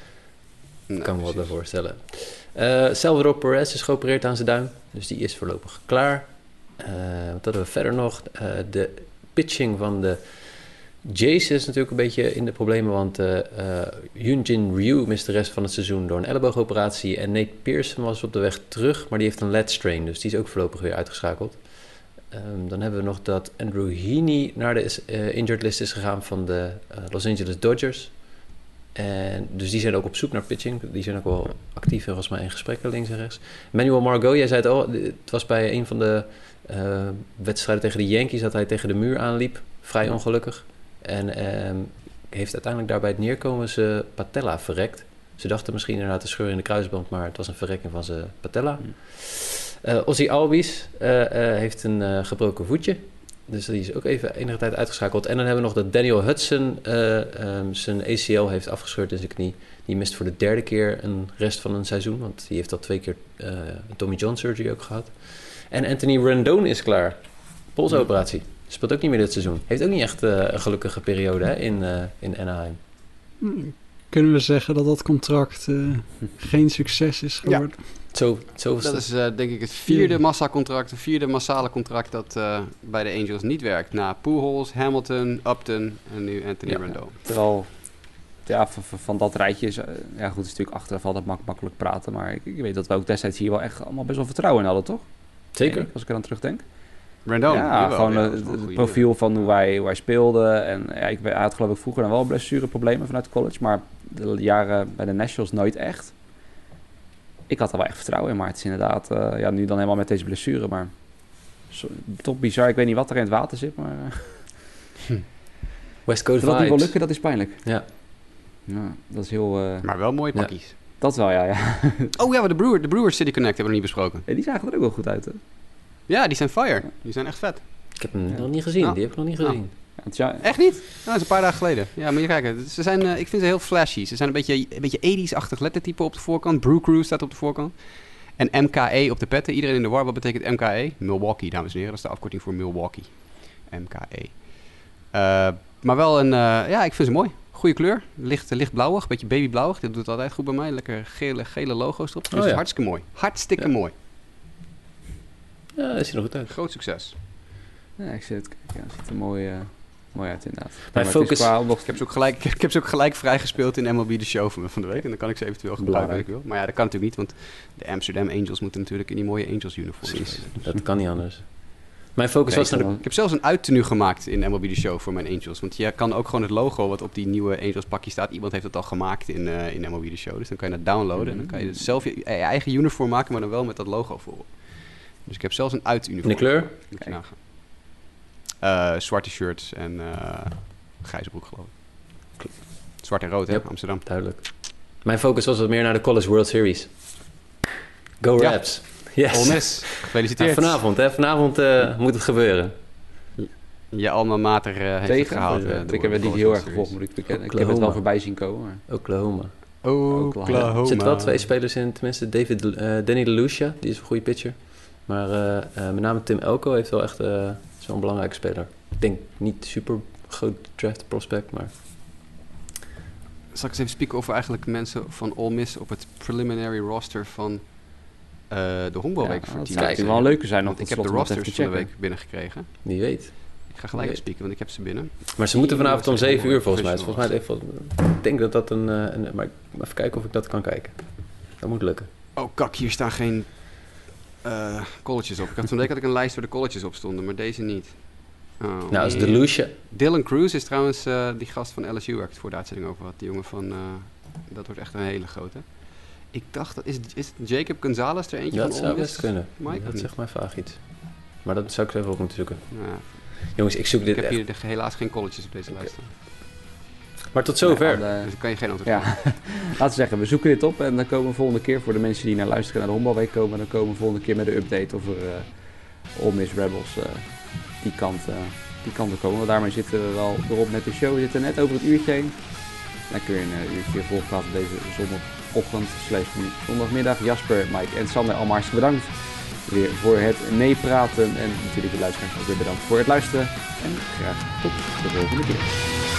Ik kan me wat bij voorstellen. Salvador Perez is geopereerd aan zijn duim. Dus die is voorlopig klaar. Wat hadden we verder nog? De pitching van de Jays is natuurlijk een beetje in de problemen. Want Hyunjin Ryu mist de rest van het seizoen door een elleboogoperatie. En Nate Pearson was op de weg terug. Maar die heeft een lat strain. Dus die is ook voorlopig weer uitgeschakeld. Dan hebben we nog dat Andrew Heaney naar de injured list is gegaan van de Los Angeles Dodgers. En dus die zijn ook op zoek naar pitching. Die zijn ook wel actief en volgens mij in gesprekken links en rechts. Manuel Margot, jij zei het al. Het was bij een van de wedstrijden tegen de Yankees dat hij tegen de muur aanliep. Vrij ongelukkig. En heeft uiteindelijk daarbij het neerkomen zijn patella verrekt. Ze dachten misschien inderdaad een scheur in de kruisband, maar het was een verrekking van zijn patella. Ozzy Albies heeft een gebroken voetje. Dus die is ook even enige tijd uitgeschakeld. En dan hebben we nog dat Daniel Hudson zijn ACL heeft afgescheurd in zijn knie. Die mist voor de 3e keer een rest van een seizoen. Want die heeft al 2 keer een Tommy John surgery ook gehad. En Anthony Rendon is klaar. Polsoperatie. Speelt ook niet meer dit seizoen. Heeft ook niet echt een gelukkige periode hè, in Anaheim. Kunnen we zeggen dat dat contract geen succes is geworden? Dat is denk ik het vierde massacontract, het vierde massale contract dat bij de Angels niet werkt. Na Pujols, Hamilton, Upton en nu Anthony Rendon. Terwijl, van dat rijtje is... goed, het is natuurlijk achteraf altijd makkelijk praten. Maar ik weet dat we ook destijds hier wel echt allemaal best wel vertrouwen in hadden, toch? Zeker. Als ik er aan terugdenk. Rendon, gewoon het profiel van hoe hij speelde. En hij had geloof ik vroeger dan wel blessureproblemen vanuit college. Maar de jaren bij de Nationals nooit echt. Ik had er wel echt vertrouwen in. Maar het is inderdaad, nu dan helemaal met deze blessure. Maar toch bizar. Ik weet niet wat er in het water zit. Maar West Coast dat vibes. niet wel lukken, dat is pijnlijk. Ja. Dat is heel... Maar wel mooie pakkies. Dat wel, ja. Oh ja, de Brewers City Connect hebben we niet besproken. Die zagen er ook wel goed uit, hè? Ja, die zijn fire. Die zijn echt vet. Ik heb hem nog niet gezien. Die heb ik nog niet gezien. Echt niet? Nou, dat is een paar dagen geleden. Ja, moet je kijken. Ze zijn, ik vind ze heel flashy. Ze zijn een beetje 80s-achtig lettertype op de voorkant. Brew Crew staat op de voorkant. En MKE op de petten. Iedereen in de war. Wat betekent MKE? Milwaukee, dames en heren. Dat is de afkorting voor Milwaukee. MKE. Maar wel ik vind ze mooi. Goeie kleur. Licht blauwig. Beetje babyblauwig. Dit doet het altijd goed bij mij. Lekker gele logo's erop. Dus hartstikke mooi. Hartstikke mooi. Ja, dat ziet er goed uit. Groot succes. Ja, ik zit het kijken. Het ziet er mooi uit inderdaad. Mijn focus... Ik heb ze ook gelijk vrijgespeeld in MLB The Show van de week. En dan kan ik ze eventueel gebruiken als ik wil. Maar ja, dat kan natuurlijk niet. Want de Amsterdam Angels moeten natuurlijk in die mooie Angels uniforms spelen. Dat kan niet anders. Mijn focus was... Ik heb zelfs een uittenu gemaakt in MLB The Show voor mijn Angels. Want je kan ook gewoon het logo wat op die nieuwe Angels pakje staat. Iemand heeft het al gemaakt in MLB The Show. Dus dan kan je dat downloaden. En dan kan je zelf je eigen uniform maken, maar dan wel met dat logo voor. Dus ik heb zelfs een uituniform. De kleur? Moet je nagaan. Zwarte shirts en grijze broek, geloof ik. Zwart en rood, hè? Amsterdam. Duidelijk. Mijn focus was wat meer naar de College World Series. Go Raps. Yes. Ole Miss. Gefeliciteerd. Vanavond moet het gebeuren. Je alma mater heeft het gehaald. Ik heb het niet heel erg gevolgd, moet ik bekennen. Ik heb het wel voorbij zien komen. Maar... Oklahoma. Er zitten wel 2 spelers in, tenminste. Danny DeLucia, die is een goede pitcher. Maar met name Tim Elko heeft wel echt zo'n belangrijke speler. Ik denk niet super groot draft prospect, maar... Zal ik eens even spieken over eigenlijk mensen van Ole Miss op het preliminary roster van de honkbalweek voor team. Het wel leuker zijn. Want ik heb de rosters van de week binnengekregen. Wie weet. Ik ga gelijk even spieken, want ik heb ze binnen. Maar ze moeten vanavond om 7 uur volgens mij. Ik denk dat dat maar even kijken of ik dat kan kijken. Dat moet lukken. Oh kak, hier staan geen colleges op. Ik had van de week een lijst waar de colleges op stonden, maar deze niet. Nou, dat is DeLucia. Dylan Cruz is trouwens die gast van LSU waar ik het voor de uitzending over had. Die jongen van, dat wordt echt een hele grote. Ik dacht, is het Jacob Gonzalez er eentje van? Dat zou best kunnen. Mike, dat zegt mij vaag iets. Maar dat zou ik even op moeten zoeken. Ja. Jongens, ik zoek dit Ik heb echt. hier helaas geen colleges op deze lijst. Maar tot zover. Dus dan kan je geen antwoord ja. Laten we zeggen, we zoeken dit op en dan komen we volgende keer voor de mensen die naar luisteren naar de Honkbalweek komen. Dan komen we volgende keer met de update over Ole Miss Rebels die kant op komen. Want daarmee zitten we wel erop met de show. We zitten net over het uurtje heen. Dan kun je een uurtje volpraten deze zondagochtend / zondagmiddag. Jasper, Mike en Sander, allemaal hartstikke bedankt weer voor het meepraten. En natuurlijk de luisteraars ook weer bedankt voor het luisteren. En graag tot de volgende keer.